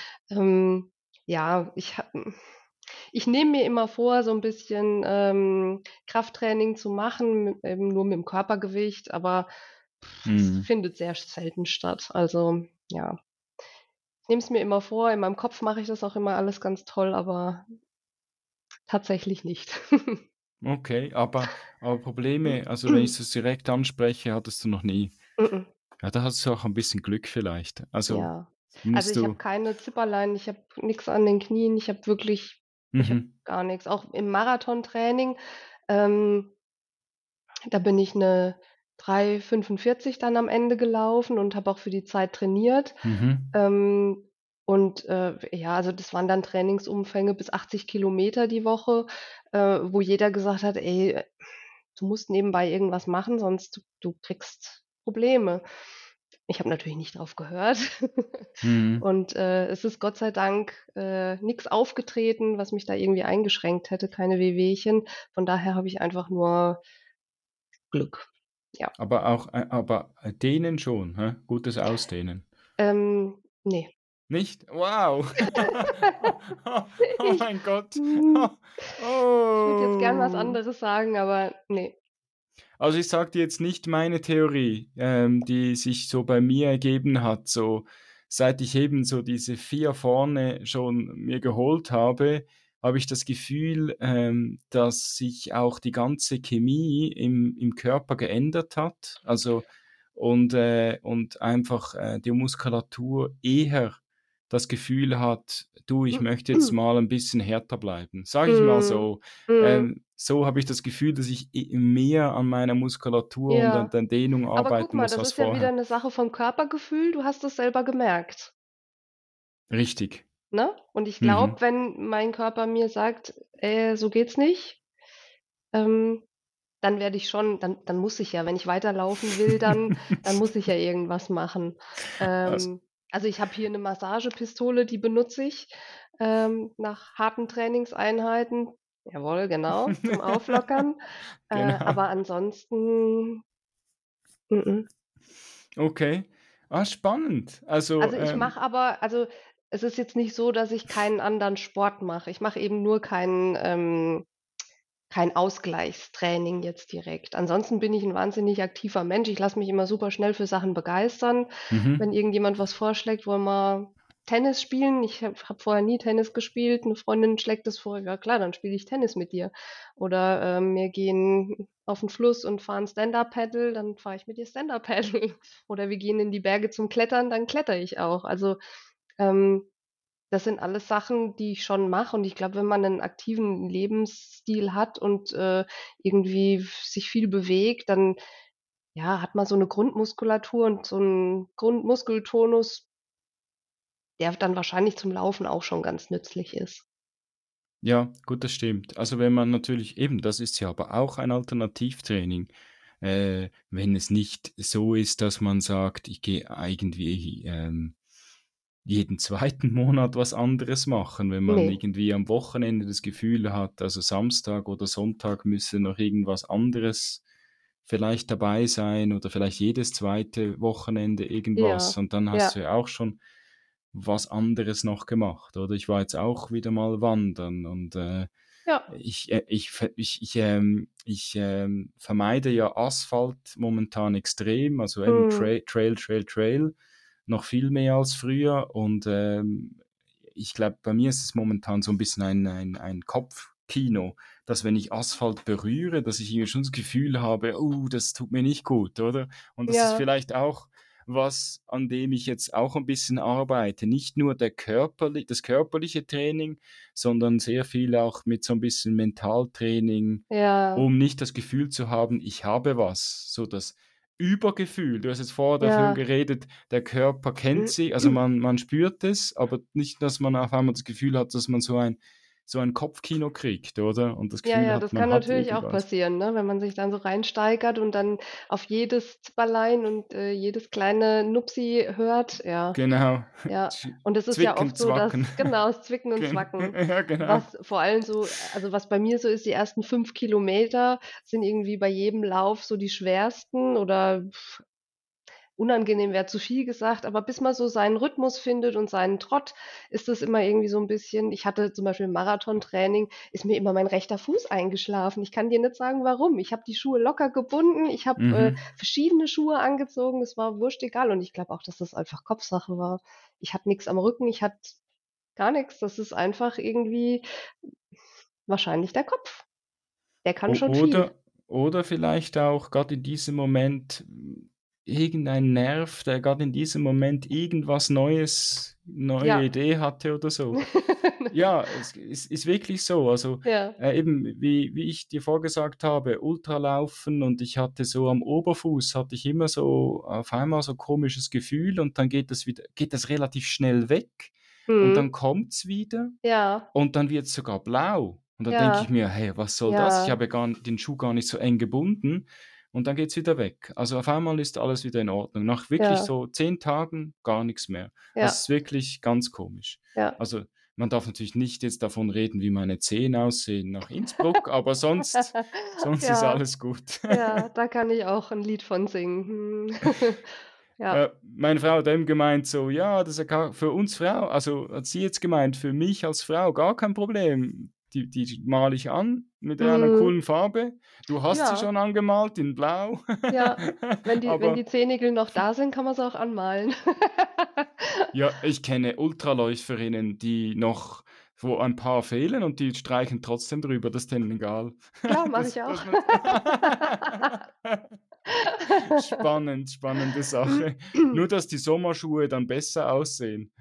Ja, ich nehme mir immer vor, so 'n bisschen, Krafttraining zu machen, eben nur mit'm Körpergewicht, aber es Mhm. findet sehr selten statt. Also, ja, ich nehme es mir immer vor, in meinem Kopf mache ich das auch immer alles ganz toll, aber tatsächlich nicht. Okay, aber Probleme, also, wenn ich das direkt anspreche, hattest du noch nie? Mm-mm. Ja, da hast du auch ein bisschen Glück vielleicht. Also, Ja. Also, musst ich habe du keine Zipperlein, ich habe nix an den Knien, ich habe mhm, gar nix. Auch im Marathontraining, ähm, da bin ich 'ne 3:45 dann am Ende gelaufen und habe auch für die Zeit trainiert. mhm, Ähm, ja, also das waren dann Trainingsumfänge bis 80 Kilometer die Woche, wo jeder gesagt hat: „Ey, du musst nebenbei irgendwas machen, sonst du kriegst Probleme.“ Ich habe natürlich nicht drauf gehört. mhm. Und, es ist Gott sei Dank, nix aufgetreten, was mich da irgendwie eingeschränkt hätte, keine Wehwehchen. Von daher habe ich einfach nur Glück. Ja. Aber dehnen schon, hä? Gutes Ausdehnen. Ne. Nicht? Wow. Oh Ich mein Gott. hm, ich würde jetzt gern was Oh. anderes sagen, aber ne. Also, ich sage dir jetzt nicht meine Theorie, die sich so bei mir ergeben hat, so seit ich eben so diese 4 vorne schon mir geholt habe, habe ich das Gefühl, dass sich auch die ganze Chemie im Körper geändert hat. Also und einfach, die Muskulatur eher das Gefühl hat: „Du, ich möchte jetzt mal ein bisschen härter bleiben.“ Sage ich mal Mhm. so. Mhm. So habe ich das Gefühl, dass ich mehr an meiner Muskulatur und an Ja. der Dehnung Aber guck arbeiten mal, muss das als ist ja wieder vorher. 'ne Sache vom Körpergefühl. Du hast es selber gemerkt, Richtig. ne? Und ich glaube, Mhm. wenn mein Körper mir sagt: so geht's nicht“, ähm, dann werde ich schon dann muss ich ja, wenn ich weiterlaufen will, dann muss ich ja irgendwas machen. Also Also, ich habe hier 'ne Massagepistole, die benutze ich, nach harten Trainingseinheiten. Jawohl, genau, zum Auflockern. genau. Aber ansonsten mm. Okay. Ah, spannend. Also, Also, es ist jetzt nicht so, dass ich keinen anderen Sport mache. Ich mache eben nur kein Ausgleichstraining jetzt direkt. Ansonsten bin ich 'n wahnsinnig aktiver Mensch. Ich lasse mich immer super schnell für Sachen begeistern. Wenn mhm. irgendjemand was vorschlägt: „Wollen wir Tennis spielen?“ Ich habe vorher nie Tennis gespielt. 'Ne Freundin schlägt das vor: „Ja klar, dann spiele ich Tennis mit dir.“ Oder, wir gehen auf 'n Fluss und fahren Stand-up-Paddle, dann fahre ich mit ihr Stand-up-Paddle. Oder wir gehen in die Berge zum Klettern, dann klettere ich auch. Also, ähm das sind alles Sachen, die ich schon mache und ich glaube, wenn man 'nen aktiven Lebensstil hat und, irgendwie sich viel bewegt, dann, ja, hat man so 'ne Grundmuskulatur und so 'n Grundmuskeltonus, der dann wahrscheinlich zum Laufen auch schon ganz nützlich ist. Ja, gut, das stimmt. Also, wenn man natürlich eben, das ist ja aber auch ein Alternativtraining, wenn es nicht so ist, dass man sagt: „Ich gehe irgendwie, jeden zweiten Monat was anderes machen“, wenn man Ne, irgendwie am Wochenende das Gefühl hat, also Samstag oder Sonntag müsse noch irgendwas anderes vielleicht dabei sein oder vielleicht jedes zweite Wochenende irgendwas ja, und dann ja, hast du ja auch schon was anderes noch gemacht, oder? Ich war jetzt auch wieder mal wandern und, ja, ich vermeide ja Asphalt momentan extrem, also eben mhm, Trail noch viel mehr als früher und, ich glaube, bei mir ist es momentan so ein bisschen ein Kopfkino, dass wenn ich Asphalt berühre, dass ich irgendwie schon das Gefühl habe: „Oh, das tut mir nicht gut“, oder? Und das ist ja, vielleicht auch was, an dem ich jetzt auch ein bisschen arbeite. Nicht nur das körperliche Training, sondern sehr viel auch mit so ein bisschen Mentaltraining, ja, um nicht das Gefühl zu haben, ich habe was, so das Übergefühl. Du hast jetzt vorher davon ja. geredet, der Körper kennt sie, also man spürt es, aber nicht, dass man auf einmal das Gefühl hat, dass man so ein Kopfkino kriegt, oder? Und das Ja, Gefühl ja, hat, das kann man hat natürlich auch irgendwas. passieren, ne, wenn man sich dann so reinsteigert und dann auf jedes Zipperlein und, jedes kleine Nupsi hört, ja. Genau. Ja, und es ist ja Zwicken, oft so, zwacken. dass genau, das Zwicken und Gen Zwacken, ja, genau. was vor allem so also, was bei mir so ist, die ersten 5 Kilometer sind irgendwie bei jedem Lauf so die schwersten oder unangenehm wäre zu viel gesagt, aber bis man so seinen Rhythmus findet und seinen Trott, ist das immer irgendwie so 'n bisschen ich hatte zum Beispiel im Marathontraining ist mir immer mein rechter Fuß eingeschlafen. Ich kann dir nicht sagen, warum. Ich habe die Schuhe locker gebunden, ich habe, Mhm. verschiedene Schuhe angezogen, es war wurstegal und ich glaube auch, dass das einfach Kopfsache war. Ich hatte nix am Rücken, ich hatte gar nix. Das ist einfach irgendwie wahrscheinlich der Kopf. Der kann O schon viel. oder vielleicht auch gerade in diesem Moment, irgendein Nerv, der gerade in diesem Moment irgendwas neue Ja. Idee hatte oder so. Ja, es ist wirklich so. Also, Ja. eben, wie ich dir vorgesagt habe, Ultralaufen, und ich hatte so am Oberfuß hatte ich immer so auf einmal so komisches Gefühl, und dann geht das relativ schnell weg, und dann Mhm. kommt's wieder, Ja. und dann wird's sogar blau. Und dann denke ich Ja. mir: „Hey, was soll das? Ich Ja. habe ja gar den Schuh gar nicht so eng gebunden“, und dann geht's wieder weg. Also, auf einmal ist alles wieder in Ordnung. Nach wirklich Ja. so 10 Tagen gar nix mehr. Also, es Ja. ist wirklich ganz komisch. Ja. Also, man darf natürlich nicht jetzt davon reden, wie meine Zehen aussehen nach Innsbruck, aber sonst ist Ja. alles gut. Ja, da kann ich auch 'n Lied von singen. Mhm. Ja. Meine Frau hat eben gemeint so: „Ja, das ist ja gar für uns Frau“, also, hat sie jetzt gemeint, für mich als Frau gar kein Problem. Die male ich an mit einer Mhm. coolen Farbe. Du hast sie Ja, schon angemalt in Blau. ja. Wenn die Aber Zehennägel noch da sind, kann man's auch anmalen. ja, ich kenne Ultraläuferinnen, die noch wo ein paar fehlen, und die streichen trotzdem drüber, das ist denen egal. Klar, mache ich Das auch. das wird spannend, spannende Sache. Nur, dass die Sommerschuhe dann besser aussehen.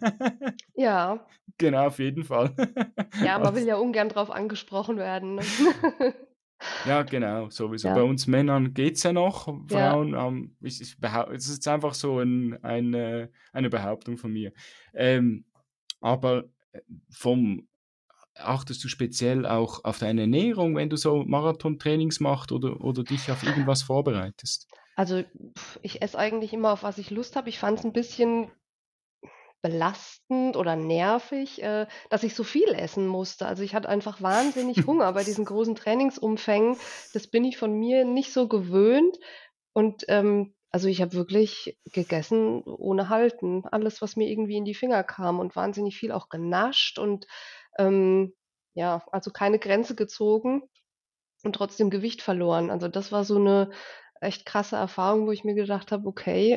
Ja. Genau, auf jeden Fall. Ja, man will Als ja ungern drauf angesprochen werden, ne? Ja, genau, sowieso. Bei Ja, uns Männern geht's ja noch, ja. Frauen, es ist jetzt einfach so eine Behauptung von mir. Aber, vom achtest du speziell auch auf deine Ernährung, wenn du so Marathontrainings machst oder dich auf irgendwas vorbereitest? Also, ich esse eigentlich immer, auf was ich Lust habe. Ich fand's 'n bisschen belastend oder nervig, dass ich so viel essen musste. Also, ich hatte einfach wahnsinnig Hunger bei diesen großen Trainingsumfängen. Das bin ich von mir nicht so gewöhnt und, also, ich habe wirklich gegessen ohne Halten. Alles, was mir irgendwie in die Finger kam und wahnsinnig viel auch genascht und, ja, also, keine Grenze gezogen und trotzdem Gewicht verloren. Also, das war so 'ne echt krasse Erfahrung, wo ich mir gedacht habe: „Okay,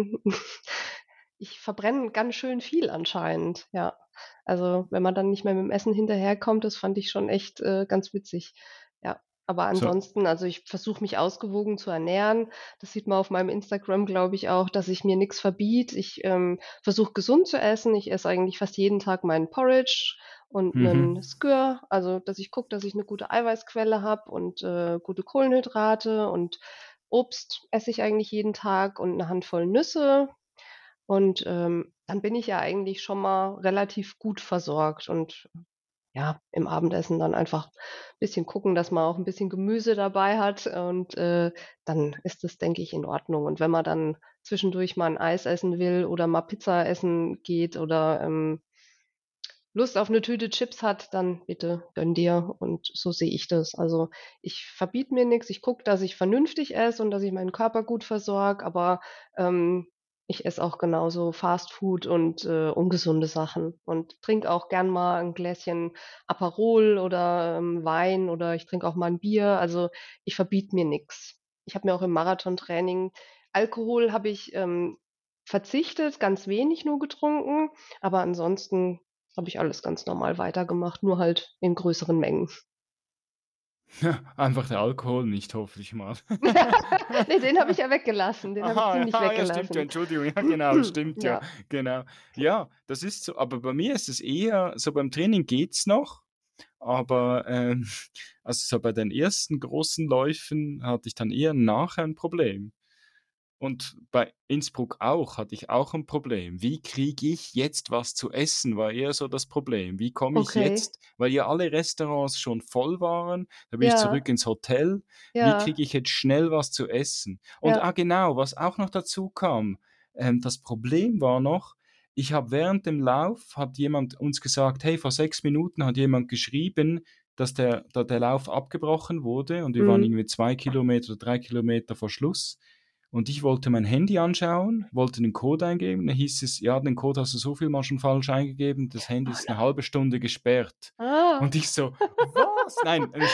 ich verbrenne ganz schön viel anscheinend“, ja. Also, wenn man dann nicht mehr mit dem Essen hinterherkommt, das fand ich schon echt, ganz witzig. Ja, aber So ansonsten also, ich versuche mich ausgewogen zu ernähren. Das sieht man auf meinem Instagram, glaube ich, auch, dass ich mir nix verbiete. Ich, versuche gesund zu essen. Ich esse eigentlich fast jeden Tag meinen Porridge und mhm. 'nen Skyr, also, dass ich gucke, dass ich 'ne gute Eiweißquelle habe und, gute Kohlenhydrate und Obst esse ich eigentlich jeden Tag und 'ne Handvoll Nüsse. Und, dann bin ich ja eigentlich schon mal relativ gut versorgt und ja, im Abendessen dann einfach bisschen gucken, dass man auch 'n bisschen Gemüse dabei hat und, dann ist das, denke ich, in Ordnung. Und wenn man dann zwischendurch mal 'n Eis essen will oder mal Pizza essen geht oder, Lust auf 'ne Tüte Chips hat, dann bitte gönn dir und so sehe ich das. Also, ich verbiete mir nix. Ich gucke, dass ich vernünftig esse und dass ich meinen Körper gut versorge, aber, ich esse auch genauso Fastfood und, ungesunde Sachen und trinke auch gern mal 'n Gläschen Aperol oder, Wein oder ich trinke auch mal 'n Bier. Also, ich verbiete mir nix. Ich habe mir auch im Marathontraining Alkohol habe ich, verzichtet, ganz wenig nur getrunken, aber ansonsten habe ich alles ganz normal weitergemacht, nur halt in größeren Mengen. Einfach der Alkohol nicht, hoffe ich mal. Ne, den habe ich ja weggelassen. Den habe ich Aha, ziemlich ja, ja, stimmt ja, weggelassen. Entschuldigung, ja genau, stimmt ja, Ja, genau. Ja, das ist so, aber bei mir ist es eher so, beim Training geht's noch, aber, also so bei den ersten großen Läufen hatte ich dann eher nachher 'n Problem. Und bei Innsbruck auch hatte ich auch 'n Problem. Wie kriege ich jetzt was zu essen, war eher so das Problem. Wie komme ich okay. jetzt, weil ja alle Restaurants schon voll waren, da bin ich Ja, zurück ins Hotel. Wie ja, kriege ich jetzt schnell was zu essen? Und, ja. genau, was auch noch dazu kam, das Problem war noch, ich habe während dem Lauf hat jemand uns gesagt: „Hey, vor 6 Minuten hat jemand geschrieben, dass der Lauf abgebrochen wurde“, und wir waren Mhm. irgendwie 2 Kilometer, 3 Kilometer vor Schluss. Und ich wollte mein Handy anschauen, wollte den Code eingeben, da hieß es: „Ja, den Code hast du so viel mal schon falsch eingegeben, das Handy Oh ist 'ne nein. halbe Stunde gesperrt.“ Ah. Und ich so: „Was?“ Nein,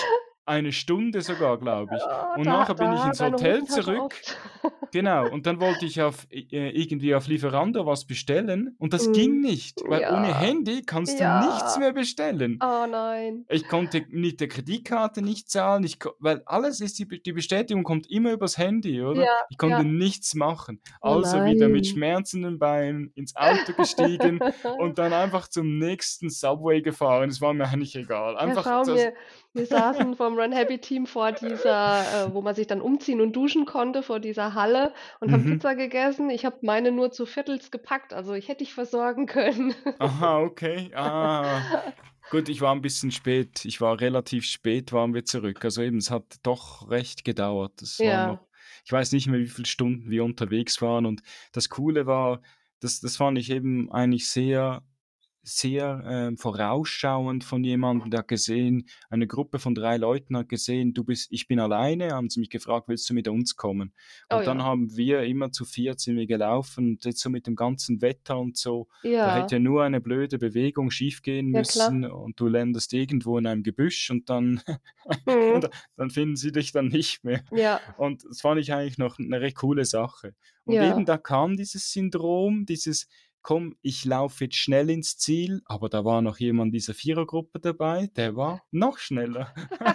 eine Stunde sogar, glaube ich. Oh, Und da nachher bin ich da ins deine Hotel Hosentasche zurück. oft. Genau, und dann wollte ich irgendwie auf Lieferando was bestellen und das ging Mhm. nicht, weil ohne Ja, Handy kannst du nichts ja. mehr bestellen. Oh nein. Ich konnte mit der Kreditkarte nicht zahlen, weil alles ist die Bestätigung kommt immer übers Handy, oder? Ja, Ich ja. konnte nichts machen. Oh Also wieder mit nein. schmerzenden Beinen ins Auto gestiegen und dann einfach zum nächsten Subway gefahren. Es war mir eigentlich egal. Ja, Einfach schau, das wir saßen vom Run Happy Team vor dieser wo man sich dann umziehen und duschen konnte, vor dieser Halle und haben mhm. Pizza gegessen. Ich habe meine nur zu viertels gepackt, also ich hätte dich versorgen können. Aha, okay. Ah. Gut, ich war 'n bisschen spät. Ich war relativ spät waren wir zurück. Also eben, es hat doch recht gedauert. Es waren noch Ja, ich weiß nicht mehr, wie viele Stunden wir unterwegs waren und das Coole war, das fand ich eben eigentlich sehr, vorausschauend von jemandem, der hat gesehen eine Gruppe von 3 Leuten hat gesehen: Ich bin alleine“, haben sie mich gefragt: „Willst du mit uns kommen?“ oh Und dann ja. haben wir immer zu viert sind wir gelaufen und jetzt so mit dem ganzen Wetter und so, da hätte Ja, ja nur eine blöde Bewegung schiefgehen ja müssen klar. und du landest irgendwo in einem Gebüsch und dann Mhm. dann finden sie dich dann nicht mehr. Ja, Und das fand ich eigentlich noch 'ne recht coole Sache. Und eben ja. da kam dieses Syndrom, dieses: „Komm, ich laufe jetzt schnell ins Ziel“, aber da war noch jemand dieser Vierergruppe dabei, der war noch schneller.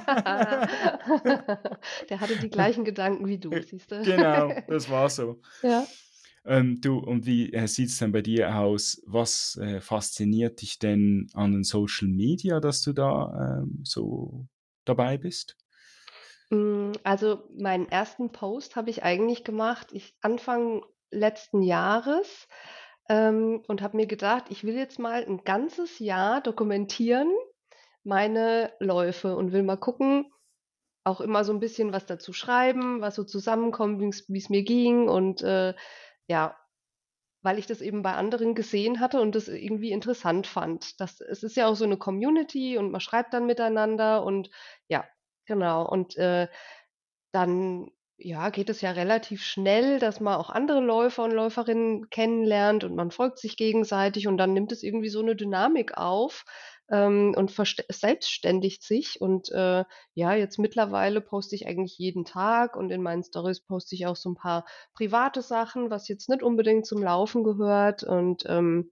Der hatte die gleichen Gedanken wie du, siehst du? Genau, das war so. Ja. Du, und wie, sieht's denn bei dir aus? Was, fasziniert dich denn an den Social Media, dass du da, so dabei bist? Also, meinen ersten Post habe ich eigentlich gemacht Anfang letzten Jahres, und habe mir gedacht, ich will jetzt mal 'n ganzes Jahr dokumentieren, meine Läufe und will mal gucken, auch immer so 'n bisschen was dazu schreiben, was so zusammenkommt, wie's mir ging und, ja, weil ich das eben bei anderen gesehen hatte und das irgendwie interessant fand. Es ist ja auch so 'ne Community und man schreibt dann miteinander und ja, genau. Und, dann, ja, geht es ja relativ schnell, dass man auch andere Läufer und Läuferinnen kennenlernt und man folgt sich gegenseitig und dann nimmt es irgendwie so 'ne Dynamik auf, und verselbstständigt sich und, ja, jetzt mittlerweile poste ich eigentlich jeden Tag und in meinen Stories poste ich auch so 'n paar private Sachen, was jetzt nicht unbedingt zum Laufen gehört und,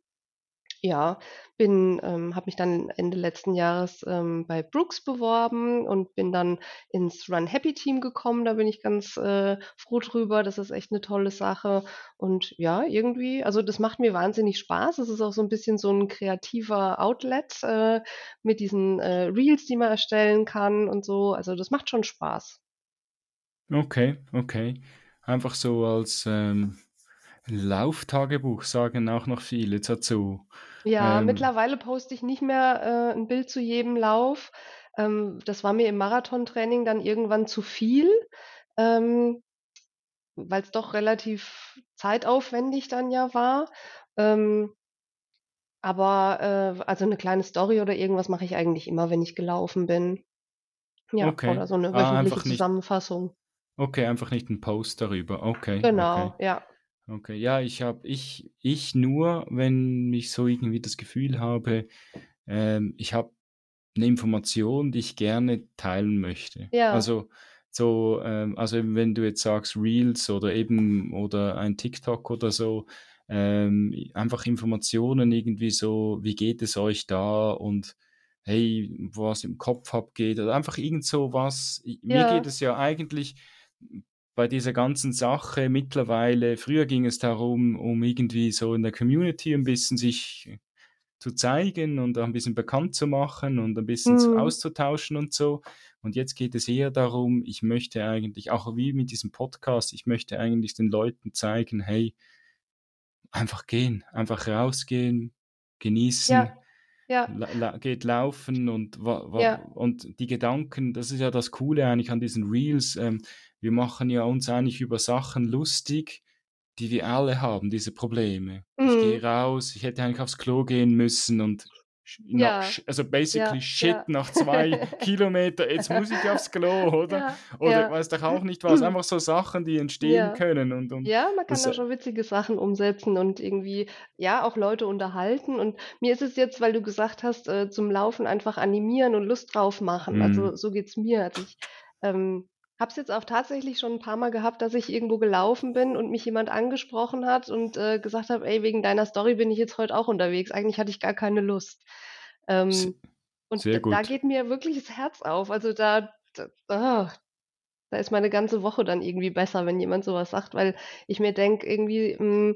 ja, habe mich dann Ende letzten Jahres, bei Brooks beworben und bin dann ins Run Happy Team gekommen. Da bin ich ganz, froh drüber. Das ist echt 'ne tolle Sache. Und ja, irgendwie also, das macht mir wahnsinnig Spaß. Es ist auch so 'n bisschen so 'n kreativer Outlet, mit diesen, Reels, die man erstellen kann und so. Also, das macht schon Spaß. Okay, okay. Einfach so als, Lauftagebuch sagen auch noch viele dazu. Ja, Ähm, mittlerweile poste ich nicht mehr, 'n Bild zu jedem Lauf. Das war mir im Marathontraining dann irgendwann zu viel, ähm, weil's doch relativ zeitaufwendig dann ja war. Ähm, aber, also 'ne kleine Story oder irgendwas mache ich eigentlich immer, wenn ich gelaufen bin. Ja, okay. oder so 'ne Ah, wöchentliche einfach nicht Zusammenfassung. okay, einfach nicht 'n Post darüber. Okay, okay. Genau, ja. Okay, ja, ich nur, wenn ich so irgendwie das Gefühl habe, ich habe 'ne Information, die ich gerne teilen möchte. Ja, Also eben, wenn du jetzt sagst Reels oder ein TikTok oder so, einfach Informationen irgendwie so: „Wie geht es euch da?“ und „Hey, was im Kopf abgeht“ oder einfach irgend so was. Mir geht ja, es ja eigentlich bei dieser ganzen Sache mittlerweile früher ging es darum, um irgendwie so in der Community 'n bisschen sich zu zeigen und ein bisschen bekannt zu machen und ein bisschen zu mhm, auszutauschen und so. Und jetzt geht es eher darum, ich möchte eigentlich auch wie mit diesem Podcast, ich möchte eigentlich den Leuten zeigen: „Hey, einfach gehen, einfach rausgehen, ja, genießen, ja, geht laufen und wa wa ja, und die Gedanken, das ist ja das Coole eigentlich an diesen Reels, wir machen ja uns eigentlich über Sachen lustig, die wir alle haben, diese Probleme. Ich gehe mhm, raus, ich hätte eigentlich aufs Klo gehen müssen und Ja, also basically ja, Shit ja. nach 2 Kilometer, jetzt muss ich aufs Klo, oder? Ja, Oder ja. weiß doch auch nicht was, einfach so Sachen, die entstehen Ja. können und Ja, man kann das da schon witzige Sachen umsetzen und irgendwie, ja, auch Leute unterhalten. Und mir ist es jetzt, weil du gesagt hast, zum Laufen einfach animieren und Lust drauf machen. mhm, Also, so geht's mir. Also, ich, habe es jetzt auch tatsächlich schon 'n paarmal gehabt, dass ich irgendwo gelaufen bin und mich jemand angesprochen hat und, gesagt hat: „Ey, wegen deiner Story bin ich jetzt heute auch unterwegs. Eigentlich hatte ich gar keine Lust." s Ähm, und sehr da gut. geht mir wirklich das Herz auf. Also, da ist meine ganze Woche dann irgendwie besser, wenn jemand so was sagt, weil ich mir denke irgendwie,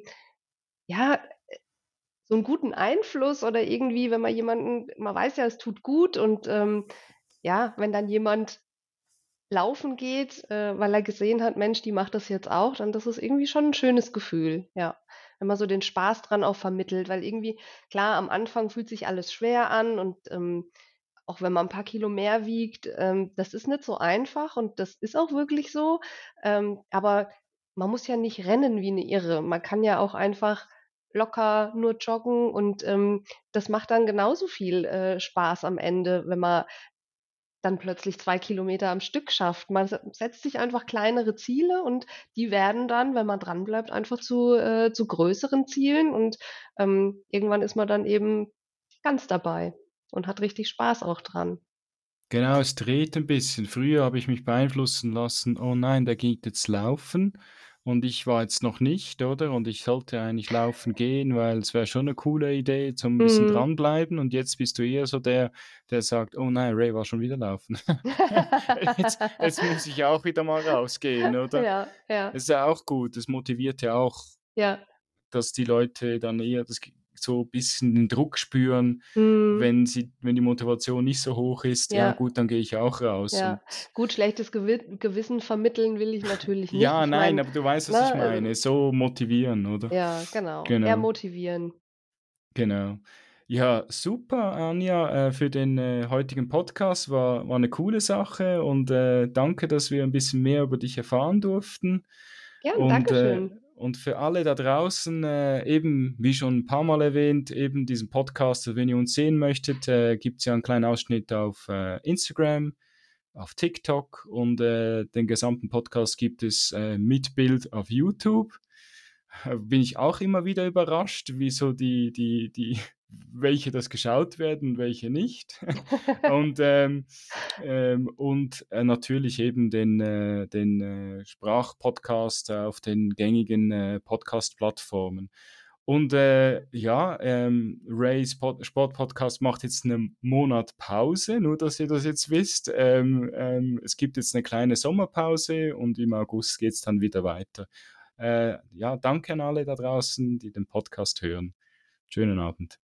ja, so 'n guten Einfluss oder irgendwie, wenn man jemanden man weiß ja, es tut gut und, ja, wenn dann jemand laufen geht, weil er gesehen hat: „Mensch, die macht das jetzt auch", dann das ist irgendwie schon 'n schönes Gefühl, ja. Wenn man so den Spaß dran auch vermittelt, weil irgendwie klar, am Anfang fühlt sich alles schwer an und, auch wenn man 'n paar Kilo mehr wiegt, das ist nicht so einfach und das ist auch wirklich so. Aber man muss ja nicht rennen wie 'ne Irre. Man kann ja auch einfach locker nur joggen und, das macht dann genauso viel, Spaß am Ende, wenn man dann plötzlich 2 Kilometer am Stück schafft. Man setzt sich einfach kleinere Ziele und die werden dann, wenn man dranbleibt, einfach zu größeren Zielen und, irgendwann ist man dann eben ganz dabei und hat richtig Spaß auch dran. Genau, es dreht ein bisschen. Früher habe ich mich beeinflussen lassen: „Oh nein, der geht jetzt laufen und ich war jetzt noch nicht“, oder? Und ich sollte eigentlich laufen gehen, weil es wäre schon eine coole Idee zum ein bisschen Mhm. dranbleiben. Und jetzt bist du eher so der sagt: „Oh nein, Ray war schon wieder laufen. Jetzt muss ich auch wieder mal rausgehen“, oder? Ja, ja, Das ist ja auch gut. Das motiviert ja auch, ja. dass die Leute dann eher so ein bisschen den Druck spüren, Mhm. wenn die Motivation nicht so hoch ist: „Ja Ja, gut, dann gehe ich auch raus.“ ja. Und Gut, schlechtes Gewissen vermitteln will ich natürlich nicht. ja, Ich nein, meine, aber du weißt, was ich ne, meine. So motivieren, oder? ja, genau, eher Genau, motivieren. genau. Ja, super, Anja, für den, heutigen Podcast. War 'ne coole Sache und, danke, dass wir ein bisschen mehr über dich erfahren durften. Gern, Und, Dankeschön. und für alle da draußen, eben, wie schon ein paar Mal erwähnt, eben diesen Podcast, wenn ihr uns sehen möchtet, gibt's ja einen kleinen Ausschnitt auf, Instagram, auf TikTok und, den gesamten Podcast gibt es, mit Bild auf YouTube. Bin ich auch immer wieder überrascht, wieso die welche das geschaut werden und welche nicht. Und, natürlich eben den Sprachpodcast auf den gängigen, Podcast-Plattformen. Und, ja, Rays Sportpodcast macht jetzt einen Monat Pause, nur dass ihr das jetzt wisst. Es gibt jetzt eine kleine Sommerpause und im August geht's dann wieder weiter. Ja, danke an alle da draußen, die den Podcast hören. Schönen Abend.